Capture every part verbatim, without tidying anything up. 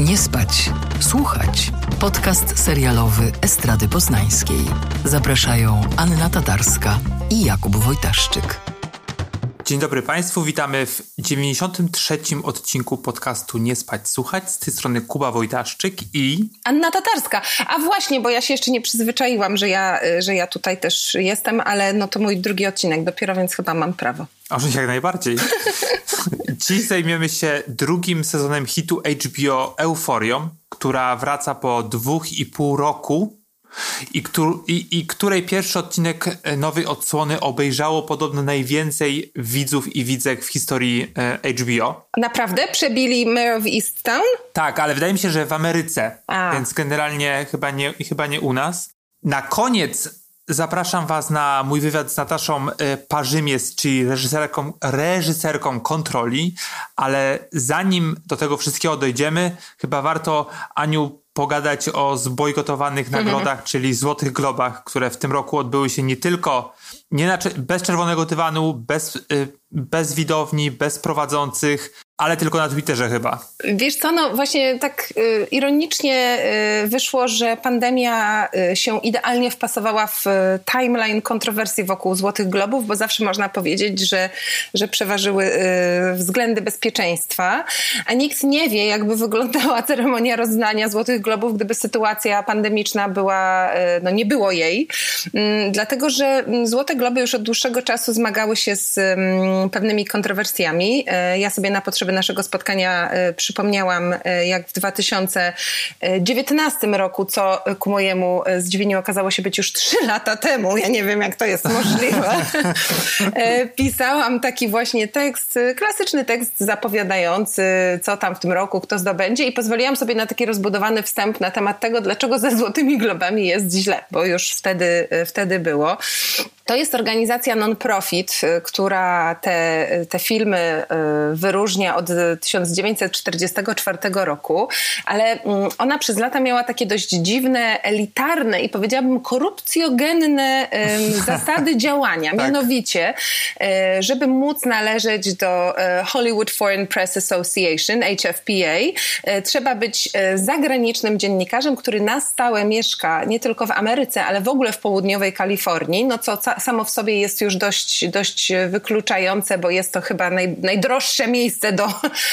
Nie spać, słuchać. Podcast serialowy Estrady Poznańskiej. Zapraszają Anna Tatarska i Jakub Wojtaszczyk. Dzień dobry Państwu, witamy w dziewięćdziesiątym trzecim odcinku podcastu Nie spać, słuchać. Z tej strony Kuba Wojtaszczyk i... Anna Tatarska. A właśnie, bo ja się jeszcze nie przyzwyczaiłam, że ja, że ja tutaj też jestem, ale no to mój drugi odcinek dopiero, więc chyba mam prawo. Oczywiście, jak najbardziej. Dziś zajmiemy się drugim sezonem hitu H B O Euforią, która wraca po dwóch i pół roku i, któr- i, i której pierwszy odcinek nowej odsłony obejrzało podobno najwięcej widzów i widzek w historii e, H B O. Naprawdę? Przebili Mare of Easttown? Tak, ale wydaje mi się, że w Ameryce, A. więc generalnie chyba nie, chyba nie u nas. Na koniec zapraszam was na mój wywiad z Nataszą Parzymies, czyli reżyserką, reżyserką Kontroli, ale zanim do tego wszystkiego dojdziemy, chyba warto, Aniu, pogadać o zbojkotowanych nagrodach, mm-hmm. czyli Złotych Globach, które w tym roku odbyły się nie tylko nie na, bez czerwonego dywanu, bez, bez widowni, bez prowadzących, ale tylko na Twitterze chyba. Wiesz co, no właśnie tak y, ironicznie y, wyszło, że pandemia y, się idealnie wpasowała w y, timeline kontrowersji wokół Złotych Globów, bo zawsze można powiedzieć, że, że przeważyły y, względy bezpieczeństwa, a nikt nie wie, jakby wyglądała ceremonia rozdania Złotych Globów, gdyby sytuacja pandemiczna była, y, no nie było jej. Y, dlatego, że Złote Globy już od dłuższego czasu zmagały się z y, pewnymi kontrowersjami. Y, ja sobie na potrzeby naszego spotkania y, przypomniałam, y, jak w dwa tysiące dziewiętnastym roku, co ku mojemu zdziwieniu okazało się być już trzy lata temu, ja nie wiem, jak to jest możliwe, y, pisałam taki właśnie tekst, klasyczny tekst zapowiadający, co tam w tym roku, kto zdobędzie, i pozwoliłam sobie na taki rozbudowany wstęp na temat tego, dlaczego ze Złotymi Globami jest źle, bo już wtedy, wtedy było. To jest organizacja non-profit, która te, te filmy wyróżnia od tysiąc dziewięćset czterdziestego czwartego roku, ale ona przez lata miała takie dość dziwne, elitarne i powiedziałabym korupcjogenne zasady działania. Tak. Mianowicie, żeby móc należeć do Hollywood Foreign Press Association, H F P A, trzeba być zagranicznym dziennikarzem, który na stałe mieszka nie tylko w Ameryce, ale w ogóle w południowej Kalifornii, no co samo w sobie jest już dość, dość wykluczające, bo jest to chyba naj, najdroższe miejsce do,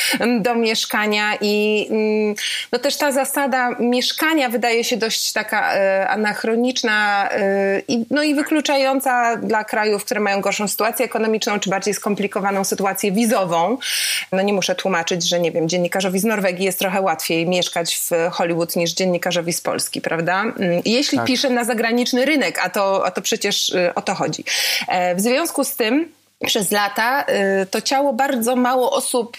do mieszkania i no też ta zasada mieszkania wydaje się dość taka e, anachroniczna e, i, no i wykluczająca dla krajów, które mają gorszą sytuację ekonomiczną czy bardziej skomplikowaną sytuację wizową. No nie muszę tłumaczyć, że nie wiem, dziennikarzowi z Norwegii jest trochę łatwiej mieszkać w Hollywood niż dziennikarzowi z Polski, prawda? Jeśli tak. pisze na zagraniczny rynek, a to, a to przecież o to chodzi. W związku z tym przez lata to ciało bardzo mało osób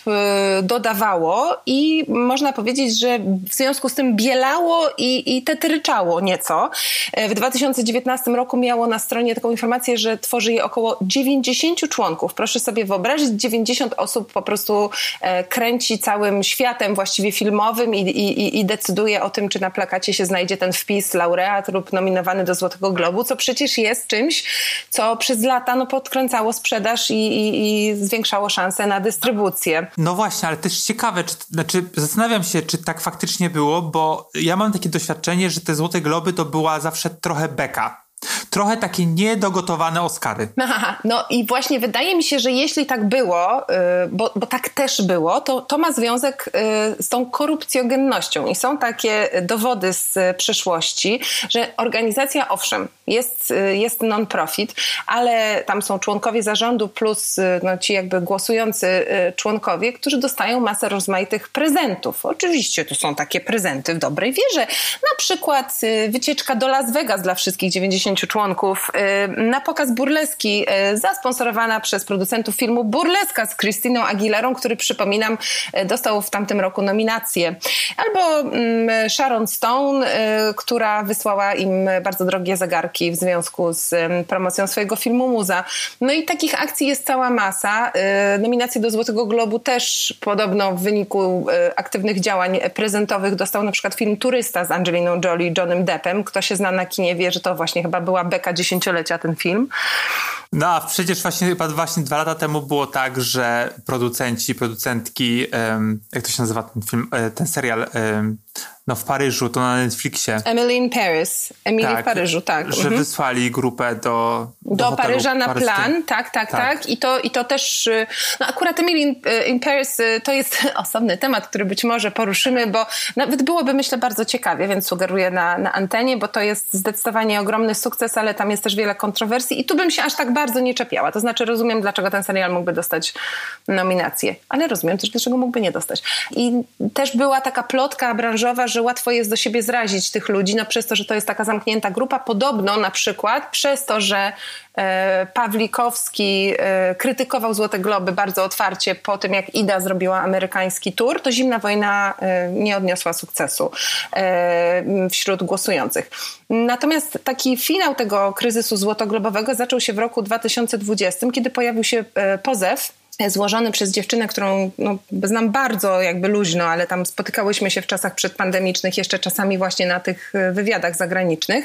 dodawało i można powiedzieć, że w związku z tym bielało i, i tetryczało nieco. W dwa tysiące dziewiętnastym roku miało na stronie taką informację, że tworzy je około dziewięćdziesięciu członków. Proszę sobie wyobrazić, dziewięćdziesiąt osób po prostu kręci całym światem właściwie filmowym i, i, i decyduje o tym, czy na plakacie się znajdzie ten wpis laureat lub nominowany do Złotego Globu, co przecież jest czymś, co przez lata no, podkręcało sprzedaż I, i, i zwiększało szanse na dystrybucję. No właśnie, ale też ciekawe, czy, znaczy zastanawiam się, czy tak faktycznie było, bo ja mam takie doświadczenie, że te Złote Globy to była zawsze trochę beka. Trochę takie niedogotowane Oscary. Aha, no i właśnie wydaje mi się, że jeśli tak było, bo, bo tak też było, to, to ma związek z tą korupcjogennością i są takie dowody z przeszłości, że organizacja owszem jest, jest non-profit, ale tam są członkowie zarządu plus no, ci jakby głosujący członkowie, którzy dostają masę rozmaitych prezentów. Oczywiście to są takie prezenty w dobrej wierze. Na przykład wycieczka do Las Vegas dla wszystkich dziewięćdziesięciu członków na pokaz burleski zasponsorowana przez producentów filmu Burleska z Christiną Aguilerą, który przypominam dostał w tamtym roku nominację. Albo Sharon Stone, która wysłała im bardzo drogie zegarki w związku z promocją swojego filmu Muza. No i takich akcji jest cała masa. Nominacje do Złotego Globu też podobno w wyniku aktywnych działań prezentowych dostał na przykład film Turysta z Angeliną Jolie i Johnem Deppem. Kto się zna na kinie wie, że to właśnie chyba chyba była beka dziesięciolecia ten film. No a przecież właśnie chyba właśnie dwa lata temu było tak, że producenci, producentki, um, jak to się nazywa ten film, ten serial, um, no w Paryżu, to na Netflixie. Emily in Paris. Emily tak, w Paryżu, tak. Że mhm. wysłali grupę do Do, do Paryża na paryskim. plan, tak, tak, tak, tak. I to, i to też, no akurat Emily in, in Paris to jest osobny temat, który być może poruszymy, bo nawet byłoby, myślę, bardzo ciekawie, więc sugeruję na, na antenie, bo to jest zdecydowanie ogromny sukces, ale tam jest też wiele kontrowersji i tu bym się aż tak bardzo nie czepiała. To znaczy rozumiem, dlaczego ten serial mógłby dostać nominację, ale rozumiem też, dlaczego mógłby nie dostać. I też była taka plotka branżowa, że łatwo jest do siebie zrazić tych ludzi, no przez to, że to jest taka zamknięta grupa. Podobno na przykład przez to, że e, Pawlikowski e, krytykował Złote Globy bardzo otwarcie po tym, jak Ida zrobiła amerykański tour, to Zimna Wojna e, nie odniosła sukcesu e, wśród głosujących. Natomiast taki finał tego kryzysu złotoglobowego zaczął się w roku dwa tysiące dwudziestym, kiedy pojawił się e, pozew złożony przez dziewczynę, którą no, znam bardzo jakby luźno, ale tam spotykałyśmy się w czasach przedpandemicznych, jeszcze czasami właśnie na tych wywiadach zagranicznych.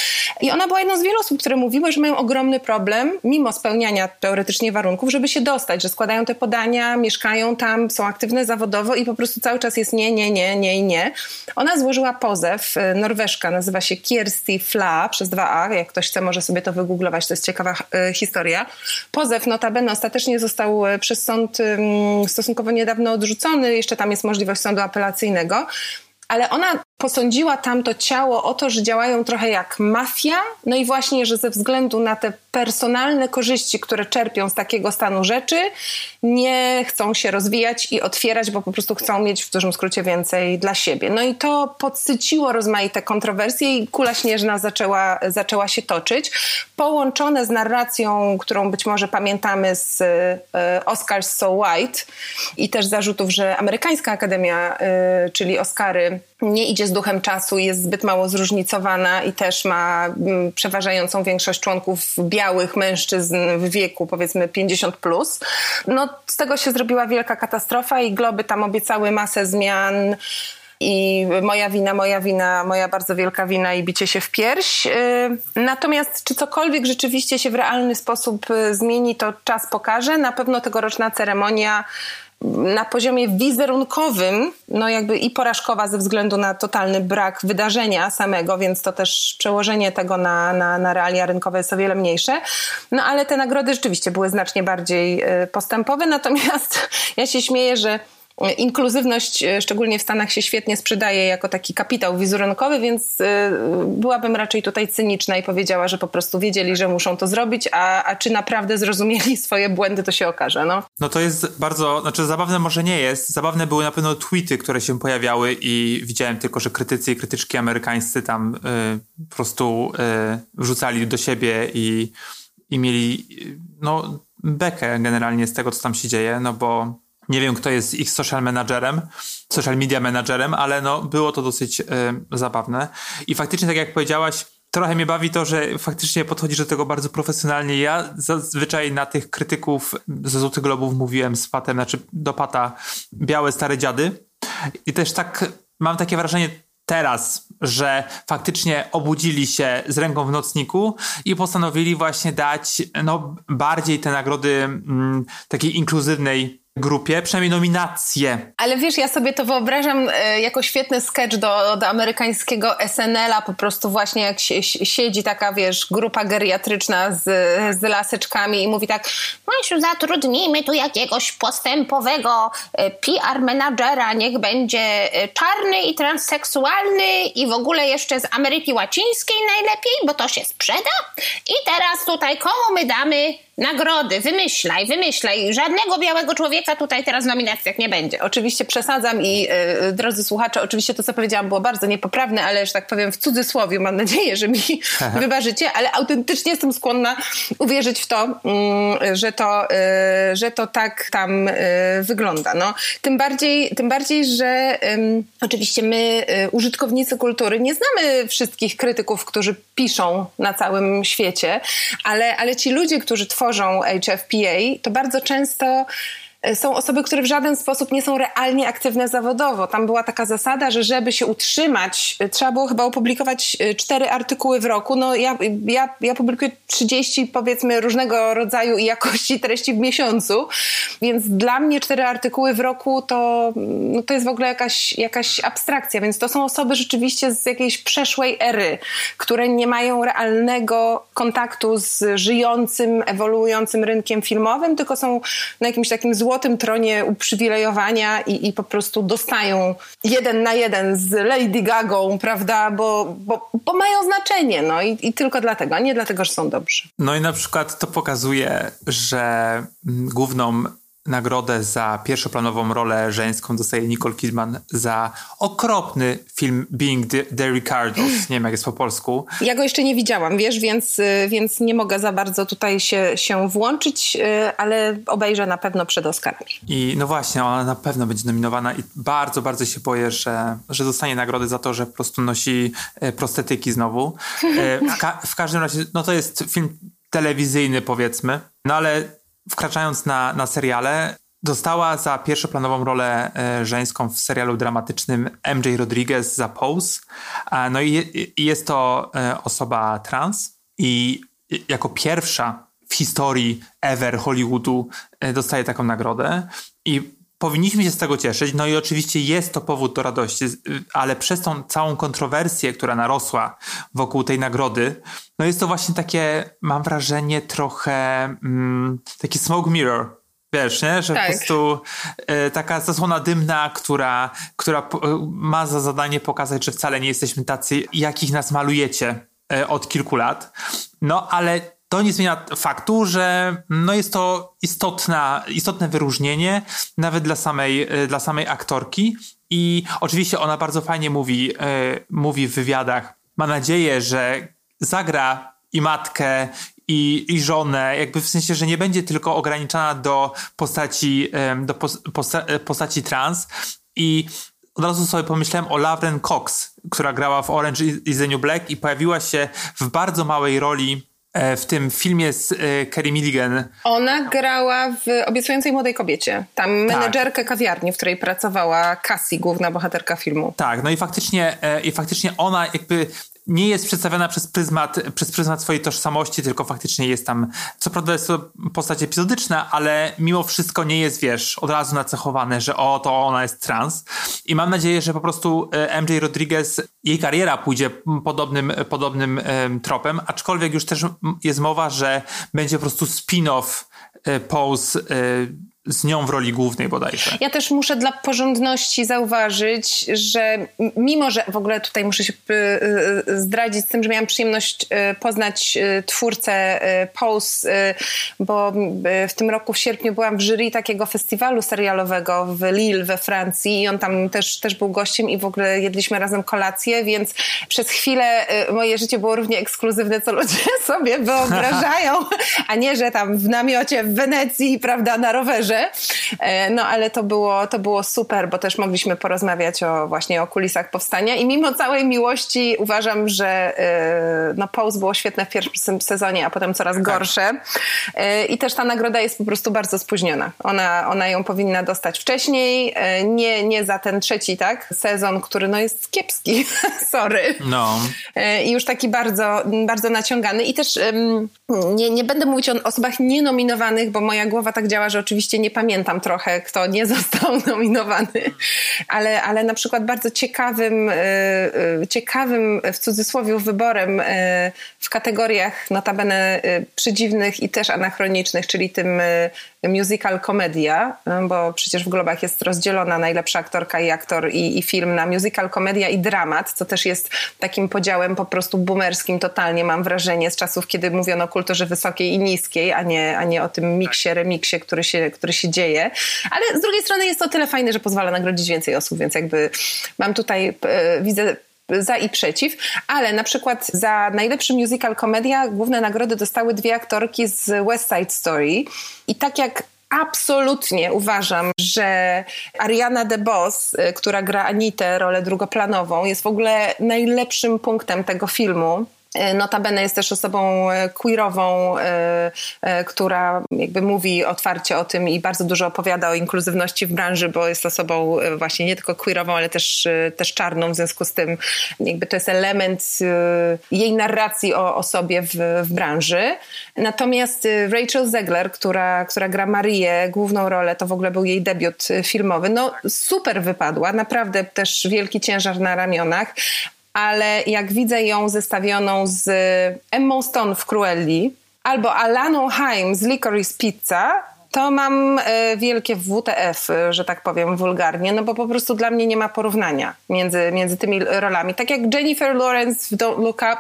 I ona była jedną z wielu osób, które mówiły, że mają ogromny problem, mimo spełniania teoretycznie warunków, żeby się dostać, że składają te podania, mieszkają tam, są aktywne zawodowo i po prostu cały czas jest nie, nie, nie, nie i nie. Ona złożyła pozew, Norweszka, nazywa się Kjersti Fla, przez dwa A, jak ktoś chce, może sobie to wygooglować, to jest ciekawa y, historia. Pozew notabene ostatecznie został przez sąd y, stosunkowo niedawno odrzucony, jeszcze tam jest możliwość sądu apelacyjnego, ale ona posądziła tamto ciało o to, że działają trochę jak mafia, no i właśnie, że ze względu na te personalne korzyści, które czerpią z takiego stanu rzeczy, nie chcą się rozwijać i otwierać, bo po prostu chcą mieć w dużym skrócie więcej dla siebie. No i to podsyciło rozmaite kontrowersje i kula śnieżna zaczęła, zaczęła się toczyć. Połączone z narracją, którą być może pamiętamy z e, Oscars So White i też zarzutów, że amerykańska akademia, e, czyli Oscary, nie idzie z duchem czasu, jest zbyt mało zróżnicowana i też ma m, przeważającą większość członków białych mężczyzn w wieku powiedzmy pięćdziesiąt plus. No z tego się zrobiła wielka katastrofa i Globy tam obiecały masę zmian i moja wina, moja wina, moja bardzo wielka wina i bicie się w pierś. Natomiast czy cokolwiek rzeczywiście się w realny sposób zmieni, to czas pokaże. Na pewno tegoroczna ceremonia na poziomie wizerunkowym, no jakby i porażkowa ze względu na totalny brak wydarzenia samego, więc to też przełożenie tego na, na, na realia rynkowe jest o wiele mniejsze. No ale te nagrody rzeczywiście były znacznie bardziej postępowe, natomiast ja się śmieję, że inkluzywność, szczególnie w Stanach, się świetnie sprzedaje jako taki kapitał wizerunkowy, więc byłabym raczej tutaj cyniczna i powiedziała, że po prostu wiedzieli, że muszą to zrobić, a, a czy naprawdę zrozumieli swoje błędy, to się okaże. No. no to jest bardzo, znaczy zabawne może nie jest, zabawne były na pewno tweety, które się pojawiały i widziałem tylko, że krytycy i krytyczki amerykańscy tam y, po prostu y, wrzucali do siebie i, i mieli no bekę generalnie z tego, co tam się dzieje, no bo nie wiem, kto jest ich social managerem, social media managerem, ale no było to dosyć y, zabawne. I faktycznie, tak jak powiedziałaś, trochę mnie bawi to, że faktycznie podchodzisz do tego bardzo profesjonalnie. Ja zazwyczaj na tych krytyków ze Złotych Globów mówiłem z Patem, znaczy do Pata, białe stare dziady. I też tak mam takie wrażenie teraz, że faktycznie obudzili się z ręką w nocniku i postanowili właśnie dać no, bardziej te nagrody mm, takiej inkluzywnej grupie, przynajmniej nominacje. Ale wiesz, ja sobie to wyobrażam e, jako świetny sketch do, do amerykańskiego S N L a, po prostu właśnie jak się, siedzi taka, wiesz, grupa geriatryczna z, z laseczkami i mówi tak, no zatrudnijmy tu jakiegoś postępowego e, P R menadżera, niech będzie czarny i transseksualny i w ogóle jeszcze z Ameryki Łacińskiej najlepiej, bo to się sprzeda. I teraz tutaj komu my damy nagrody? Wymyślaj, wymyślaj. Żadnego białego człowieka tutaj teraz w nominacjach nie będzie. Oczywiście przesadzam i yy, drodzy słuchacze, oczywiście to, co powiedziałam, było bardzo niepoprawne, ale że tak powiem w cudzysłowie, mam nadzieję, że mi wybaczycie, ale autentycznie jestem skłonna uwierzyć w to, yy, że to, yy, że to tak tam yy, wygląda. No. Tym bardziej, tym bardziej, że yy, oczywiście my, yy, użytkownicy kultury, nie znamy wszystkich krytyków, którzy piszą na całym świecie, ale, ale ci ludzie, którzy tworzą H F P A, to bardzo często są osoby, które w żaden sposób nie są realnie aktywne zawodowo. Tam była taka zasada, że żeby się utrzymać, trzeba było chyba opublikować cztery artykuły w roku. No ja, ja, ja publikuję trzydzieści powiedzmy różnego rodzaju i jakości treści w miesiącu, więc dla mnie cztery artykuły w roku to, no to jest w ogóle jakaś, jakaś abstrakcja, więc to są osoby rzeczywiście z jakiejś przeszłej ery, które nie mają realnego kontaktu z żyjącym, ewoluującym rynkiem filmowym, tylko są na jakimś takim złotym tronie uprzywilejowania i, i po prostu dostają jeden na jeden z Lady Gagą, prawda, bo, bo, bo mają znaczenie, no i, i tylko dlatego, a nie dlatego, że są dobrzy. No i na przykład to pokazuje, że główną nagrodę za pierwszoplanową rolę żeńską dostaje Nicole Kidman za okropny film Being the, the Ricardos. Nie wiem, jak jest po polsku. Ja go jeszcze nie widziałam, wiesz, więc, więc nie mogę za bardzo tutaj się, się włączyć, ale obejrzę na pewno przed Oscarami. I no właśnie, ona na pewno będzie nominowana i bardzo, bardzo się boję, że, że dostanie nagrodę za to, że po prostu nosi prostetyki znowu. W, ka- w każdym razie, no to jest film telewizyjny, powiedzmy, no ale wkraczając na, na seriale, dostała za pierwszoplanową rolę e, żeńską w serialu dramatycznym M J Rodriguez za Pose. E, no i, i jest to e, osoba trans i jako pierwsza w historii ever Hollywoodu e, dostaje taką nagrodę i powinniśmy się z tego cieszyć. No i oczywiście jest to powód do radości, ale przez tą całą kontrowersję, która narosła wokół tej nagrody, no jest to właśnie takie, mam wrażenie, trochę mm, taki smoke mirror. Wiesz, nie? Że tak. Po prostu e, taka zasłona dymna, która, która p- ma za zadanie pokazać, że wcale nie jesteśmy tacy, jakich nas malujecie e, od kilku lat. No ale to nie zmienia faktu, że no jest to istotna, istotne wyróżnienie nawet dla samej, dla samej aktorki i oczywiście ona bardzo fajnie mówi, yy, mówi w wywiadach. Ma nadzieję, że zagra i matkę i, i żonę, jakby w sensie, że nie będzie tylko ograniczona do postaci, yy, do posta- postaci trans i od razu sobie pomyślałem o Laverne Cox, która grała w Orange is the New Black i pojawiła się w bardzo małej roli w tym filmie z e, Carey Mulligan. Ona grała w Obiecującej młodej kobiecie. Tam menedżerkę tak. kawiarni, w której pracowała Cassie, główna bohaterka filmu. Tak, no i faktycznie, e, i faktycznie ona jakby nie jest przedstawiona przez pryzmat, przez pryzmat swojej tożsamości, tylko faktycznie jest tam, co prawda jest to postać epizodyczna, ale mimo wszystko nie jest, wiesz, od razu nacechowane, że o, to ona jest trans. I mam nadzieję, że po prostu M J Rodriguez, jej kariera pójdzie podobnym, podobnym um, tropem, aczkolwiek już też jest mowa, że będzie po prostu spin-off um, Pose um, z nią w roli głównej bodajże. Ja też muszę dla porządności zauważyć, że mimo, że w ogóle tutaj muszę się zdradzić z tym, że miałam przyjemność poznać twórcę Pose, bo w tym roku w sierpniu byłam w jury takiego festiwalu serialowego w Lille we Francji i on tam też, też był gościem i w ogóle jedliśmy razem kolację, więc przez chwilę moje życie było równie ekskluzywne, co ludzie sobie wyobrażają, a nie, że tam w namiocie w Wenecji, prawda, na rowerze. No ale to było, to było super, bo też mogliśmy porozmawiać o właśnie o kulisach powstania i mimo całej miłości uważam, że no, Pose było świetne w pierwszym sezonie, a potem coraz gorsze. I też ta nagroda jest po prostu bardzo spóźniona. Ona, ona ją powinna dostać wcześniej, nie, nie za ten trzeci, tak, sezon, który no jest kiepski. Sorry. No. I już taki bardzo, bardzo naciągany. I też um, nie, nie będę mówić o osobach nienominowanych, bo moja głowa tak działa, że oczywiście nie pamiętam trochę, kto nie został nominowany, ale, ale na przykład bardzo ciekawym, ciekawym w cudzysłowie wyborem w kategoriach notabene przedziwnych i też anachronicznych, czyli tym musical komedia, bo przecież w Globach jest rozdzielona najlepsza aktorka i aktor i, i film na musical komedia i dramat, co też jest takim podziałem po prostu boomerskim totalnie, mam wrażenie, z czasów, kiedy mówiono o kulturze wysokiej i niskiej, a nie, a nie o tym miksie, remiksie, który się, który się dzieje. Ale z drugiej strony jest to tyle fajne, że pozwala nagrodzić więcej osób, więc jakby mam tutaj, e, widzę za i przeciw, ale na przykład za najlepszy musical komedia główne nagrody dostały dwie aktorki z West Side Story i tak jak absolutnie uważam, że Ariana DeBose, która gra Anitę, rolę drugoplanową, jest w ogóle najlepszym punktem tego filmu, Notabene jest też osobą queerową, która jakby mówi otwarcie o tym i bardzo dużo opowiada o inkluzywności w branży, bo jest osobą właśnie nie tylko queerową, ale też, też czarną, w związku z tym jakby to jest element jej narracji o, o sobie w, w branży. Natomiast Rachel Zegler, która, która gra Marię, główną rolę, to w ogóle był jej debiut filmowy, no super wypadła, naprawdę też wielki ciężar na ramionach. Ale jak widzę ją zestawioną z Emmą Stone w Cruelli albo Alaną Haim z Licorice Pizza, to mam wielkie W T F, że tak powiem wulgarnie, no bo po prostu dla mnie nie ma porównania między, między tymi rolami. Tak jak Jennifer Lawrence w Don't Look Up,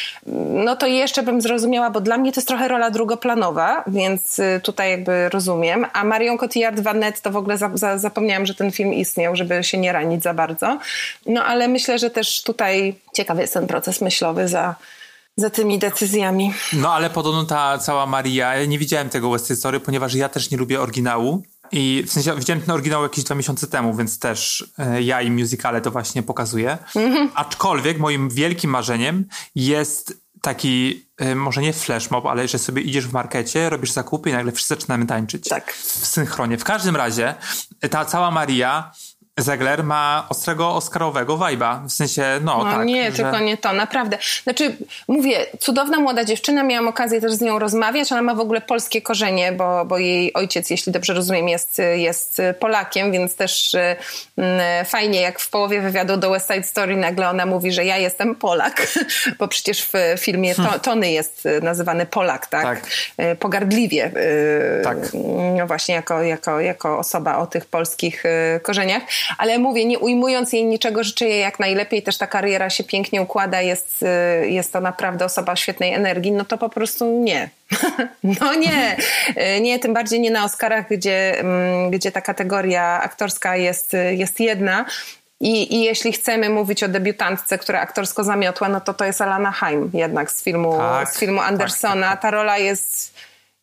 no to jeszcze bym zrozumiała, bo dla mnie to jest trochę rola drugoplanowa, więc tutaj jakby rozumiem. A Marion Cotillard w Annette to w ogóle za, za, zapomniałam, że ten film istniał, żeby się nie ranić za bardzo. No ale myślę, że też tutaj ciekawy jest ten proces myślowy za za tymi decyzjami. No ale podobno ta cała Maria, ja nie widziałem tego West Side Story, ponieważ ja też nie lubię oryginału i w sensie widziałem ten oryginał jakieś dwa miesiące temu, więc też e, ja i musicale to właśnie pokazuję. Mm-hmm. Aczkolwiek moim wielkim marzeniem jest taki, e, może nie flash mob, ale że sobie idziesz w markecie, robisz zakupy i nagle wszyscy zaczynamy tańczyć. Tak. W synchronie. W każdym razie ta cała Maria Zegler ma ostrego oscarowego vibe'a. W sensie, no, no tak. Nie, że... tylko nie to, naprawdę. Znaczy, mówię, cudowna młoda dziewczyna, miałam okazję też z nią rozmawiać, ona ma w ogóle polskie korzenie, bo, bo jej ojciec, jeśli dobrze rozumiem, jest, jest Polakiem, więc też mm, fajnie, jak w połowie wywiadu do West Side Story nagle ona mówi, że ja jestem Polak, bo przecież w filmie to, Tony jest nazywany Polak, tak? tak. Pogardliwie. Tak. No właśnie, jako, jako, jako osoba o tych polskich korzeniach. Ale mówię, nie ujmując jej niczego, życzę jej jak najlepiej, też ta kariera się pięknie układa, jest, jest to naprawdę osoba o świetnej energii, no to po prostu nie. No nie, nie, tym bardziej nie na Oscarach, gdzie, gdzie ta kategoria aktorska jest, jest jedna. I, I jeśli chcemy mówić o debiutantce, która aktorsko zamiotła, no to to jest Alana Haim jednak z filmu, tak, z filmu Andersona. Tak, tak. Ta rola jest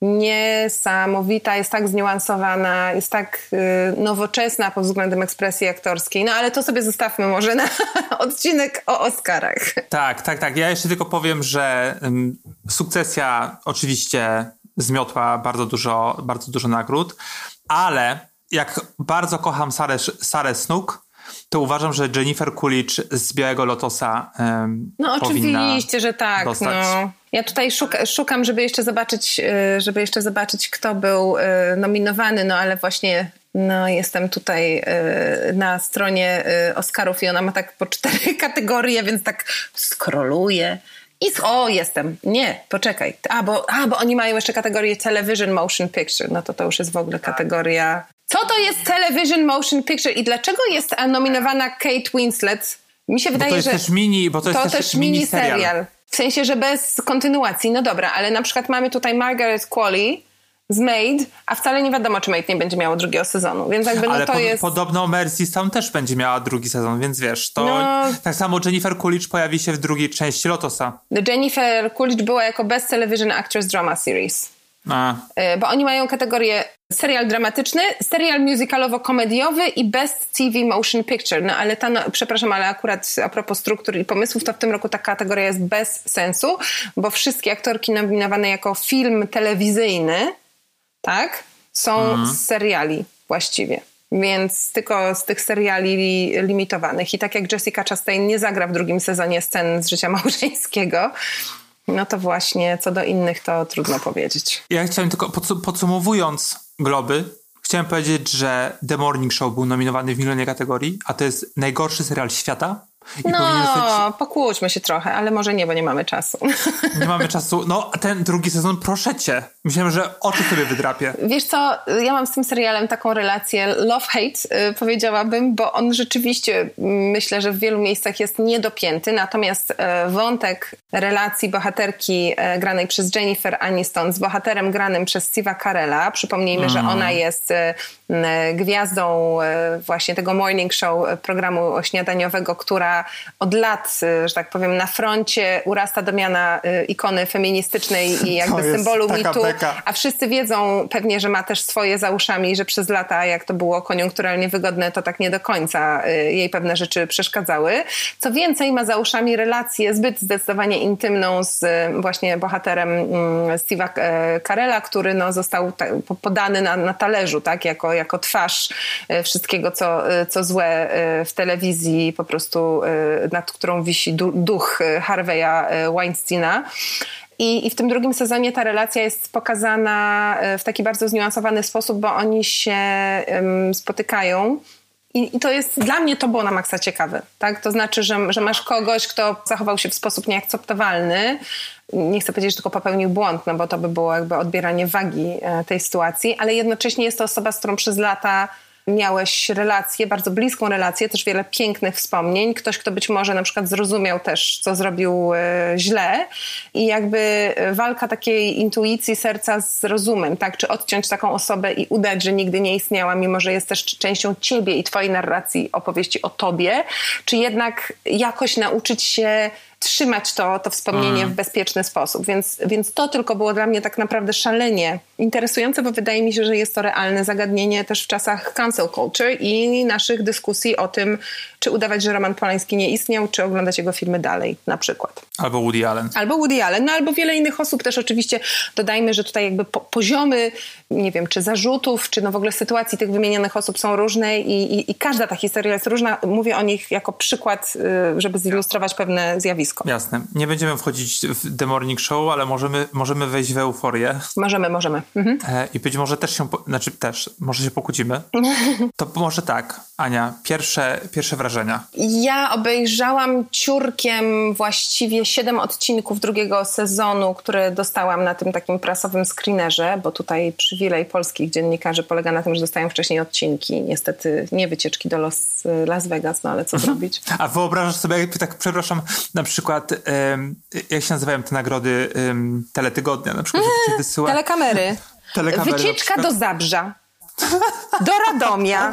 niesamowita, jest tak zniuansowana, jest tak y, nowoczesna pod względem ekspresji aktorskiej. No ale to sobie zostawmy może na odcinek o Oscarach. Tak, tak, tak. Ja jeszcze tylko powiem, że um, Sukcesja oczywiście zmiotła bardzo dużo, bardzo dużo nagród, ale jak bardzo kocham Sarę, Sarę Snook, to uważam, że Jennifer Coolidge z Białego Lotosa um, no powinna oczywiście, że tak. dostać. No. Ja tutaj szuka, szukam, żeby jeszcze zobaczyć, żeby jeszcze zobaczyć, kto był nominowany, no ale właśnie no, jestem tutaj na stronie Oscarów i ona ma tak po cztery kategorie, więc tak scrolluję. I o, jestem. Nie, poczekaj. A bo, a, bo oni mają jeszcze kategorię Television Motion Picture. No to to już jest w ogóle kategoria... Co to jest Television Motion Picture i dlaczego jest nominowana Kate Winslet? Mi się wydaje, bo to jest że... Też mini, bo to jest to też, też mini serial. serial. W sensie, że bez kontynuacji. No dobra, ale na przykład mamy tutaj Margaret Qualley z Maid, a wcale nie wiadomo, czy Maid nie będzie miało drugiego sezonu. Więc jakby no ale to po, jest... podobno Mercy Stone też będzie miała drugi sezon, więc wiesz, to no... tak samo Jennifer Coolidge pojawi się w drugiej części Lotosa. Jennifer Coolidge była jako Best Television Actress Drama Series. A. Bo oni mają kategorię serial dramatyczny, serial musicalowo-komediowy i Best T V Motion Picture. No ale ta, no, przepraszam, ale akurat a propos struktur i pomysłów, to w tym roku ta kategoria jest bez sensu, bo wszystkie aktorki nominowane jako film telewizyjny, tak, są mhm. z seriali właściwie. Więc tylko z tych seriali limitowanych. I tak jak Jessica Chastain nie zagra w drugim sezonie scen z życia małżeńskiego, no to właśnie co do innych to trudno powiedzieć. Ja chciałem tylko, podsumowując Globy, chciałem powiedzieć, że The Morning Show był nominowany w milionie kategorii, a to jest najgorszy serial świata. I no, zostać... pokłóćmy się trochę, ale może nie, bo nie mamy czasu. Nie mamy czasu. No, ten drugi sezon, proszę cię. Myślałem, że oczy sobie wydrapię. Wiesz co, ja mam z tym serialem taką relację love-hate, powiedziałabym, bo on rzeczywiście, myślę, że w wielu miejscach jest niedopięty, natomiast wątek relacji bohaterki granej przez Jennifer Aniston z bohaterem granym przez Steve'a Carella, przypomnijmy, mm. że ona jest gwiazdą właśnie tego morning show programu śniadaniowego, która która od lat, że tak powiem, na froncie urasta do miana ikony feministycznej i jakby symbolu mitu, a wszyscy wiedzą pewnie, że ma też swoje za uszami i że przez lata, jak to było koniunkturalnie wygodne, to tak nie do końca jej pewne rzeczy przeszkadzały. Co więcej, ma za uszami relację zbyt zdecydowanie intymną z właśnie bohaterem Steve'a Carella, który no, został podany na, na talerzu, tak, jako, jako twarz wszystkiego, co, co złe w telewizji, po prostu nad którą wisi duch Harvey'a Weinsteina. I, I w tym drugim sezonie ta relacja jest pokazana w taki bardzo zniuansowany sposób, bo oni się um, spotykają. I, I to jest, dla mnie to było na maksa ciekawe, tak? To znaczy, że, że masz kogoś, kto zachował się w sposób nieakceptowalny. Nie chcę powiedzieć, że tylko popełnił błąd, no bo to by było jakby odbieranie wagi tej sytuacji, ale jednocześnie jest to osoba, z którą przez lata miałeś relację, bardzo bliską relację, też wiele pięknych wspomnień. Ktoś, kto być może na przykład zrozumiał też, co zrobił e, źle i jakby walka takiej intuicji serca z rozumem, tak? Czy odciąć taką osobę i udać, że nigdy nie istniała, mimo że jest też częścią ciebie i twojej narracji, opowieści o tobie, czy jednak jakoś nauczyć się trzymać to, to wspomnienie mm. w bezpieczny sposób. Więc, więc to tylko było dla mnie tak naprawdę szalenie interesujące, bo wydaje mi się, że jest to realne zagadnienie też w czasach cancel culture i naszych dyskusji o tym, czy udawać, że Roman Polański nie istniał, czy oglądać jego filmy dalej, na przykład. Albo Woody Allen. Albo Woody Allen, no albo wiele innych osób też oczywiście. Dodajmy, że tutaj jakby po, poziomy, nie wiem, czy zarzutów, czy no w ogóle sytuacji tych wymienionych osób są różne i, i, i każda ta historia jest różna. Mówię o nich jako przykład, żeby zilustrować pewne zjawisko. Jasne. Nie będziemy wchodzić w The Morning Show, ale możemy, możemy wejść w euforię. Możemy, możemy. Mhm. E, I być może też się, po, znaczy też, może się pokłócimy. To może tak, Ania, pierwsze, pierwsze wrażenia. Ja obejrzałam ciurkiem właściwie siedem odcinków drugiego sezonu, które dostałam na tym takim prasowym screenerze, bo tutaj przywilej polskich dziennikarzy polega na tym, że dostają wcześniej odcinki. Niestety nie wycieczki do Los, Las Vegas, no ale co zrobić? A wyobrażasz sobie, jak tak, przepraszam, na przykład, um, jak się nazywają te nagrody um, teletygodnia, na przykład, że ci wysyła... Telekamery. Telekamery. Wycieczka do Zabrza. Do Radomia.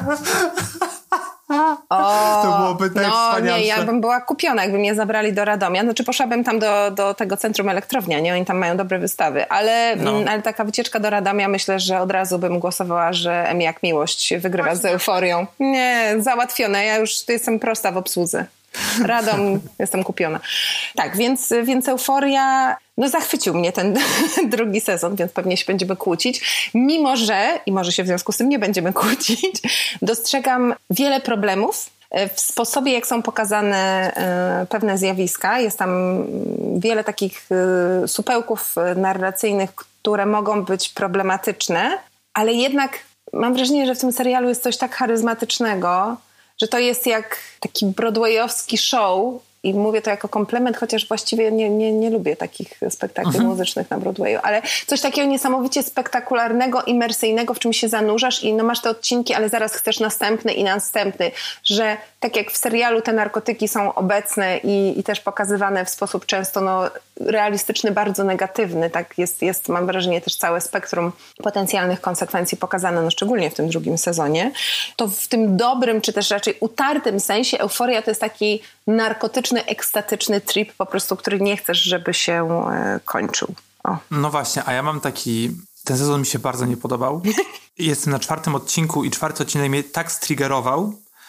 O, to byłoby najwspanialsze. No nie, ja bym była kupiona, jakby mnie zabrali do Radomia. Znaczy poszłabym tam do, do tego Centrum Elektrownia, nie? Oni tam mają dobre wystawy, ale, no. ale taka wycieczka do Radomia, myślę, że od razu bym głosowała, że M jak miłość wygrywa Właśnie. z euforią. Nie, załatwione, ja już jestem prosta w obsłudze. Radom, jestem kupiona. Tak, więc, więc euforia, no zachwycił mnie ten drugi sezon, więc pewnie się będziemy kłócić. Mimo że, i może się w związku z tym nie będziemy kłócić, dostrzegam wiele problemów w sposobie, jak są pokazane pewne zjawiska. Jest tam wiele takich supełków narracyjnych, które mogą być problematyczne, ale jednak mam wrażenie, że w tym serialu jest coś tak charyzmatycznego, że to jest jak taki broadwayowski show i mówię to jako komplement, chociaż właściwie nie, nie, nie lubię takich spektakli mhm. muzycznych na Broadwayu, ale coś takiego niesamowicie spektakularnego, imersyjnego, w czym się zanurzasz i no masz te odcinki, ale zaraz chcesz następny i następny, że tak jak w serialu te narkotyki są obecne i, i też pokazywane w sposób często no, realistyczny, bardzo negatywny, tak jest, jest, mam wrażenie, też całe spektrum potencjalnych konsekwencji pokazane, no szczególnie w tym drugim sezonie, to w tym dobrym, czy też raczej utartym sensie euforia to jest taki narkotyczny, ekstatyczny trip po prostu, który nie chcesz, żeby się e, kończył. O. No właśnie, a ja mam taki... Ten sezon mi się bardzo nie podobał. Jestem na czwartym odcinku i czwarty odcinek mnie tak striggerował,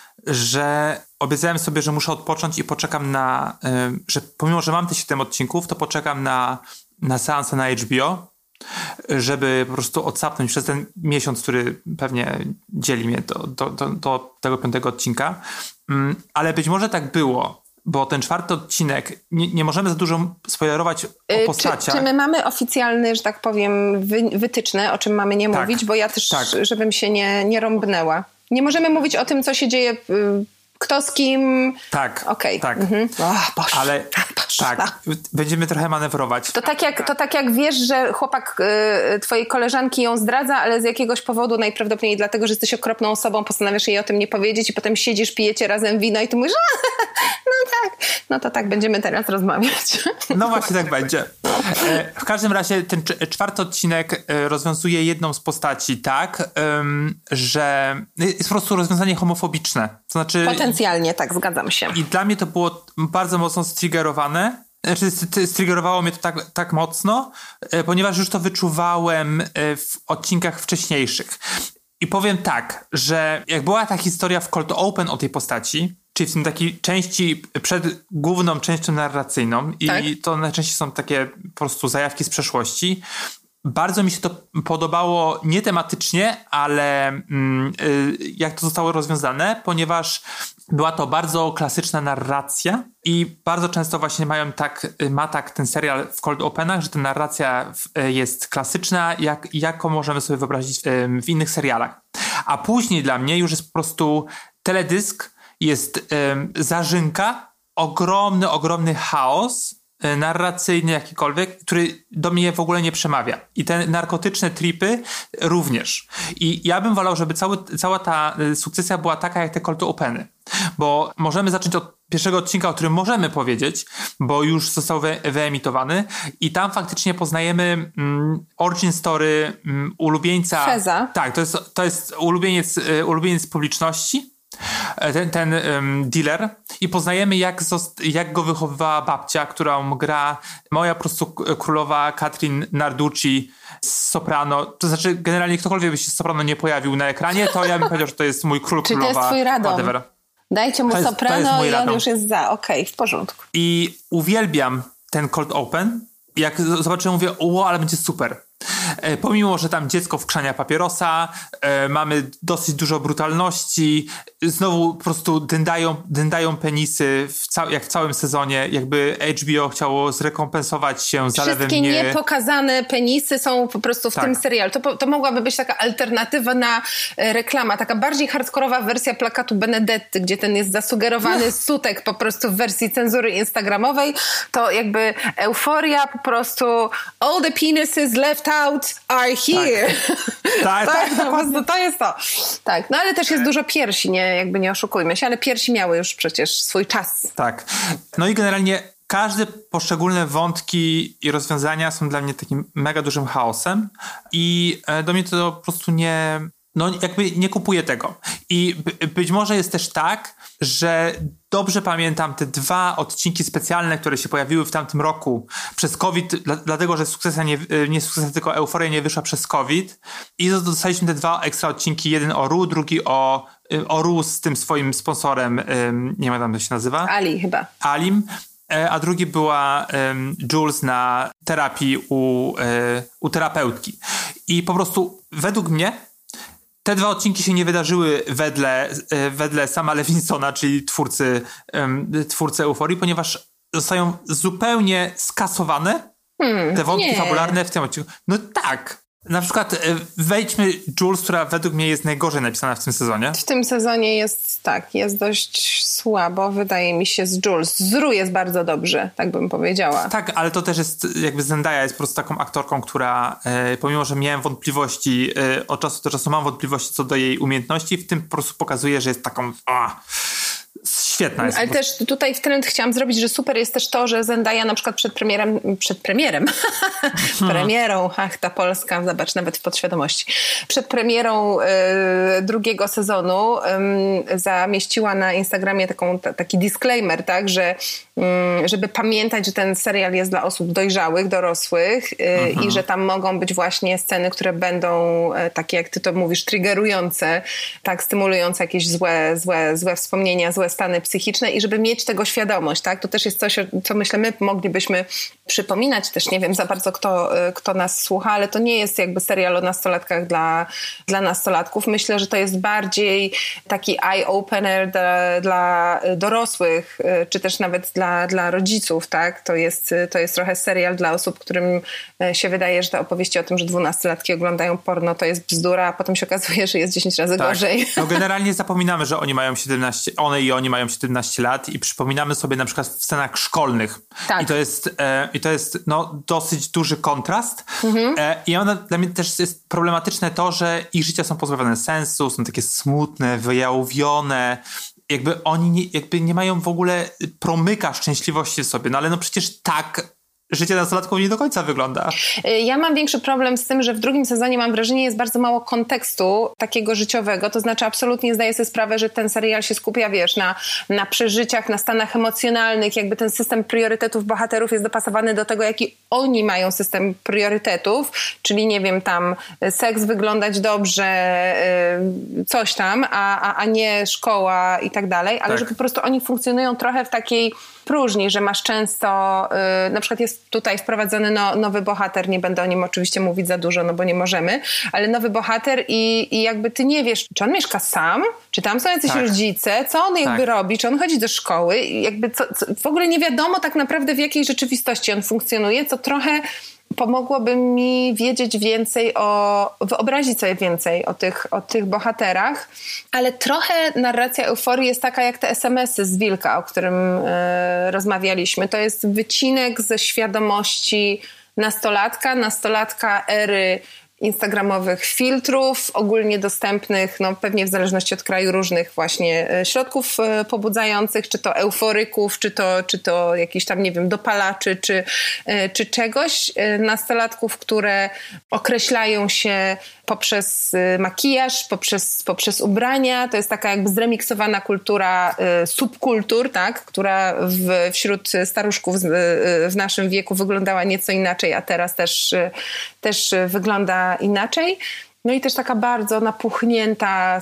że obiecałem sobie, że muszę odpocząć i poczekam na... Y, że pomimo, że mam te siedem odcinków, to poczekam na, na seansę na H B O, żeby po prostu odsapnąć przez ten miesiąc, który pewnie dzieli mnie do, do, do, do tego piątego odcinka. Mm, ale być może tak było, bo ten czwarty odcinek, nie, nie możemy za dużo spoilerować o postaciach. Czy, czy my mamy oficjalny, że tak powiem, wy, wytyczne, o czym mamy nie tak, mówić, bo ja też, tak. żebym się nie, nie rąbnęła. Nie możemy mówić o tym, co się dzieje, kto z kim. Tak, okej. tak. Mhm. Oh, Boże, ale Boże, tak, no. Będziemy trochę manewrować. To tak, jak, to tak jak wiesz, że chłopak y, twojej koleżanki ją zdradza, ale z jakiegoś powodu, najprawdopodobniej dlatego, że jesteś okropną osobą, postanawiasz jej o tym nie powiedzieć i potem siedzisz, pijecie razem wino i ty mówisz, no no tak. No to tak będziemy teraz rozmawiać. No właśnie tak będzie. W każdym razie ten czwarty odcinek rozwiązuje jedną z postaci tak, że jest po prostu rozwiązanie homofobiczne. To znaczy, potencjalnie, tak, zgadzam się. I dla mnie to było bardzo mocno striggerowane. Znaczy, striggerowało mnie to tak, tak mocno, ponieważ już to wyczuwałem w odcinkach wcześniejszych. I powiem tak, że jak była ta historia w Cold Open o tej postaci, czyli w tym takiej części przed główną częścią narracyjną i tak. to najczęściej są takie po prostu zajawki z przeszłości, bardzo mi się to podobało nie tematycznie, ale mm, y, jak to zostało rozwiązane, ponieważ była to bardzo klasyczna narracja i bardzo często właśnie mają tak, ma tak ten serial w Cold Openach, że ta narracja w, jest klasyczna, jak, jaką możemy sobie wyobrazić w, w innych serialach. A później dla mnie już jest po prostu teledysk, jest y, zażynka, ogromny, ogromny chaos, narracyjny jakikolwiek, który do mnie w ogóle nie przemawia. I te narkotyczne tripy również. I ja bym wolał, żeby cały, cała ta sukcesja była taka jak te Cold Openy. Bo możemy zacząć od pierwszego odcinka, o którym możemy powiedzieć, bo już został wy, wyemitowany i tam faktycznie poznajemy mm, origin story mm, ulubieńca. Feza. Tak, to jest, to jest ulubieniec, ulubieniec publiczności. Ten, ten um, dealer i poznajemy jak, zost- jak go wychowywała babcia, którą gra moja po prostu królowa Katrin Narducci z Soprano. To znaczy generalnie ktokolwiek by się z Soprano nie pojawił na ekranie, to ja bym powiedział, że to jest mój król, królowa. Czy to jest twój Radom? Whatever. Dajcie mu to jest, Soprano to i on już jest za. Okej, okay, w porządku. I uwielbiam ten Cold Open. Jak zobaczyłem, mówię, o, ale będzie super. E, pomimo, że tam dziecko wkrzania papierosa, e, mamy dosyć dużo brutalności, znowu po prostu dędają, dędają penisy w ca- jak w całym sezonie, jakby H B O chciało zrekompensować się zalewem Wszystkie nie... niepokazane penisy są po prostu w tak. tym serialu. To, to mogłaby być taka alternatywna reklama, taka bardziej hardkorowa wersja plakatu Benedetty, gdzie ten jest zasugerowany sutek po prostu w wersji cenzury instagramowej. To jakby euforia po prostu all the penises left out are here. Tak, tak, tak, to, to jest to. Tak, no ale też jest dużo piersi, nie, jakby nie oszukujmy się, ale piersi miały już przecież swój czas. Tak. No i generalnie każde poszczególne wątki i rozwiązania są dla mnie takim mega dużym chaosem i do mnie to po prostu nie... No jakby nie kupuję tego. I b- być może jest też tak, że dobrze pamiętam te dwa odcinki specjalne, które się pojawiły w tamtym roku przez COVID, dla, dlatego, że sukcesja nie, nie sukcesja, tylko euforia nie wyszła przez COVID. I dostaliśmy te dwa ekstra odcinki, jeden o Ru, drugi o, o Ru z tym swoim sponsorem, nie wiem jak to się nazywa. Ali chyba. Alim. A drugi była um, Jules na terapii u, y, u terapeutki. I po prostu według mnie te dwa odcinki się nie wydarzyły wedle, wedle Sama Lewinsona, czyli twórcy, twórcy Euforii, ponieważ zostają zupełnie skasowane hmm, te wątki nie. fabularne w tym odcinku. No tak. Na przykład wejdźmy Jules, która według mnie jest najgorzej napisana w tym sezonie. W tym sezonie jest tak, jest dość słabo, wydaje mi się, z Jules. Z Ru jest bardzo dobrze, tak bym powiedziała. Tak, ale to też jest, jakby Zendaya jest po prostu taką aktorką, która e, pomimo, że miałem wątpliwości, e, od czasu do czasu mam wątpliwości co do jej umiejętności, w tym po prostu pokazuje, że jest taką... A, świetna jest. Ale też tutaj w trend chciałam zrobić, że super jest też to, że Zendaya na przykład przed premierem, przed premierem, premierą, ach ta Polska, zobacz, nawet w podświadomości, przed premierą y, drugiego sezonu y, zamieściła na Instagramie taką, t- taki disclaimer, tak, że y, żeby pamiętać, że ten serial jest dla osób dojrzałych, dorosłych y, mhm. i że tam mogą być właśnie sceny, które będą y, takie, jak ty to mówisz, triggerujące, tak, stymulujące jakieś złe, złe, złe wspomnienia, złe stany psychiczne i żeby mieć tego świadomość, tak? To też jest coś, co myślę, my moglibyśmy przypominać. Też nie wiem za bardzo, kto, kto nas słucha, ale to nie jest jakby serial o nastolatkach dla, dla nastolatków. Myślę, że to jest bardziej taki eye-opener dla, dla dorosłych, czy też nawet dla, dla rodziców, tak? To jest, to jest trochę serial dla osób, którym się wydaje, że te opowieści o tym, że dwunastolatki oglądają porno, to jest bzdura, a potem się okazuje, że jest dziesięć razy tak. gorzej. No generalnie zapominamy, że oni mają siedemnaście, one i oni mają siedemnaście lat i przypominamy sobie na przykład w scenach szkolnych. Tak. I to jest, e, i to jest no, dosyć duży kontrast. Mhm. E, I ona, dla mnie też jest problematyczne to, że ich życia są pozbawione sensu, są takie smutne, wyjałowione jakby oni nie, jakby nie mają w ogóle promyka szczęśliwości w sobie, no ale no przecież tak życie nastolatków nie do końca wygląda. Ja mam większy problem z tym, że w drugim sezonie mam wrażenie, jest bardzo mało kontekstu takiego życiowego, to znaczy absolutnie zdaję sobie sprawę, że ten serial się skupia, wiesz, na, na przeżyciach, na stanach emocjonalnych, jakby ten system priorytetów bohaterów jest dopasowany do tego, jaki oni mają system priorytetów, czyli nie wiem, tam seks, wyglądać dobrze, coś tam, a, a, a nie szkoła i tak dalej, ale tak. Że po prostu oni funkcjonują trochę w takiej próżni, że masz często, yy, na przykład jest tutaj wprowadzony no, nowy bohater, nie będę o nim oczywiście mówić za dużo, no bo nie możemy, ale nowy bohater i, i jakby ty nie wiesz, czy on mieszka sam, czy tam są jacyś tak. rodzice, co on jakby tak. robi, czy on chodzi do szkoły, i jakby co, co, w ogóle nie wiadomo tak naprawdę w jakiej rzeczywistości on funkcjonuje, co trochę pomogłoby mi wiedzieć więcej o, wyobrazić sobie więcej o tych, o tych bohaterach, ale trochę narracja Euforii jest taka jak te es em esy z Wilka, o którym e, rozmawialiśmy. To jest wycinek ze świadomości nastolatka, nastolatka ery instagramowych filtrów, ogólnie dostępnych, no pewnie w zależności od kraju, różnych właśnie środków pobudzających, czy to euforyków, czy to, czy to jakichś tam, nie wiem, dopalaczy, czy, czy czegoś. Nastolatków, które określają się poprzez makijaż, poprzez, poprzez ubrania. To jest taka jakby zremiksowana kultura subkultur, tak, która w, wśród staruszków w naszym wieku wyglądała nieco inaczej, a teraz też, też wygląda inaczej. No i też taka bardzo napuchnięta,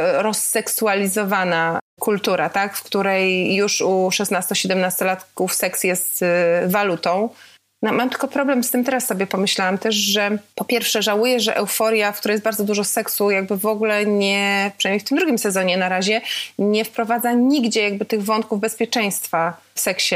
rozseksualizowana kultura, tak, w której już u szesnasto-siedemnastolatków seks jest walutą. No, mam tylko problem z tym, teraz sobie pomyślałam też, że po pierwsze żałuję, że Euforia, w której jest bardzo dużo seksu, jakby w ogóle nie, przynajmniej w tym drugim sezonie na razie, nie wprowadza nigdzie jakby tych wątków bezpieczeństwa w seksie.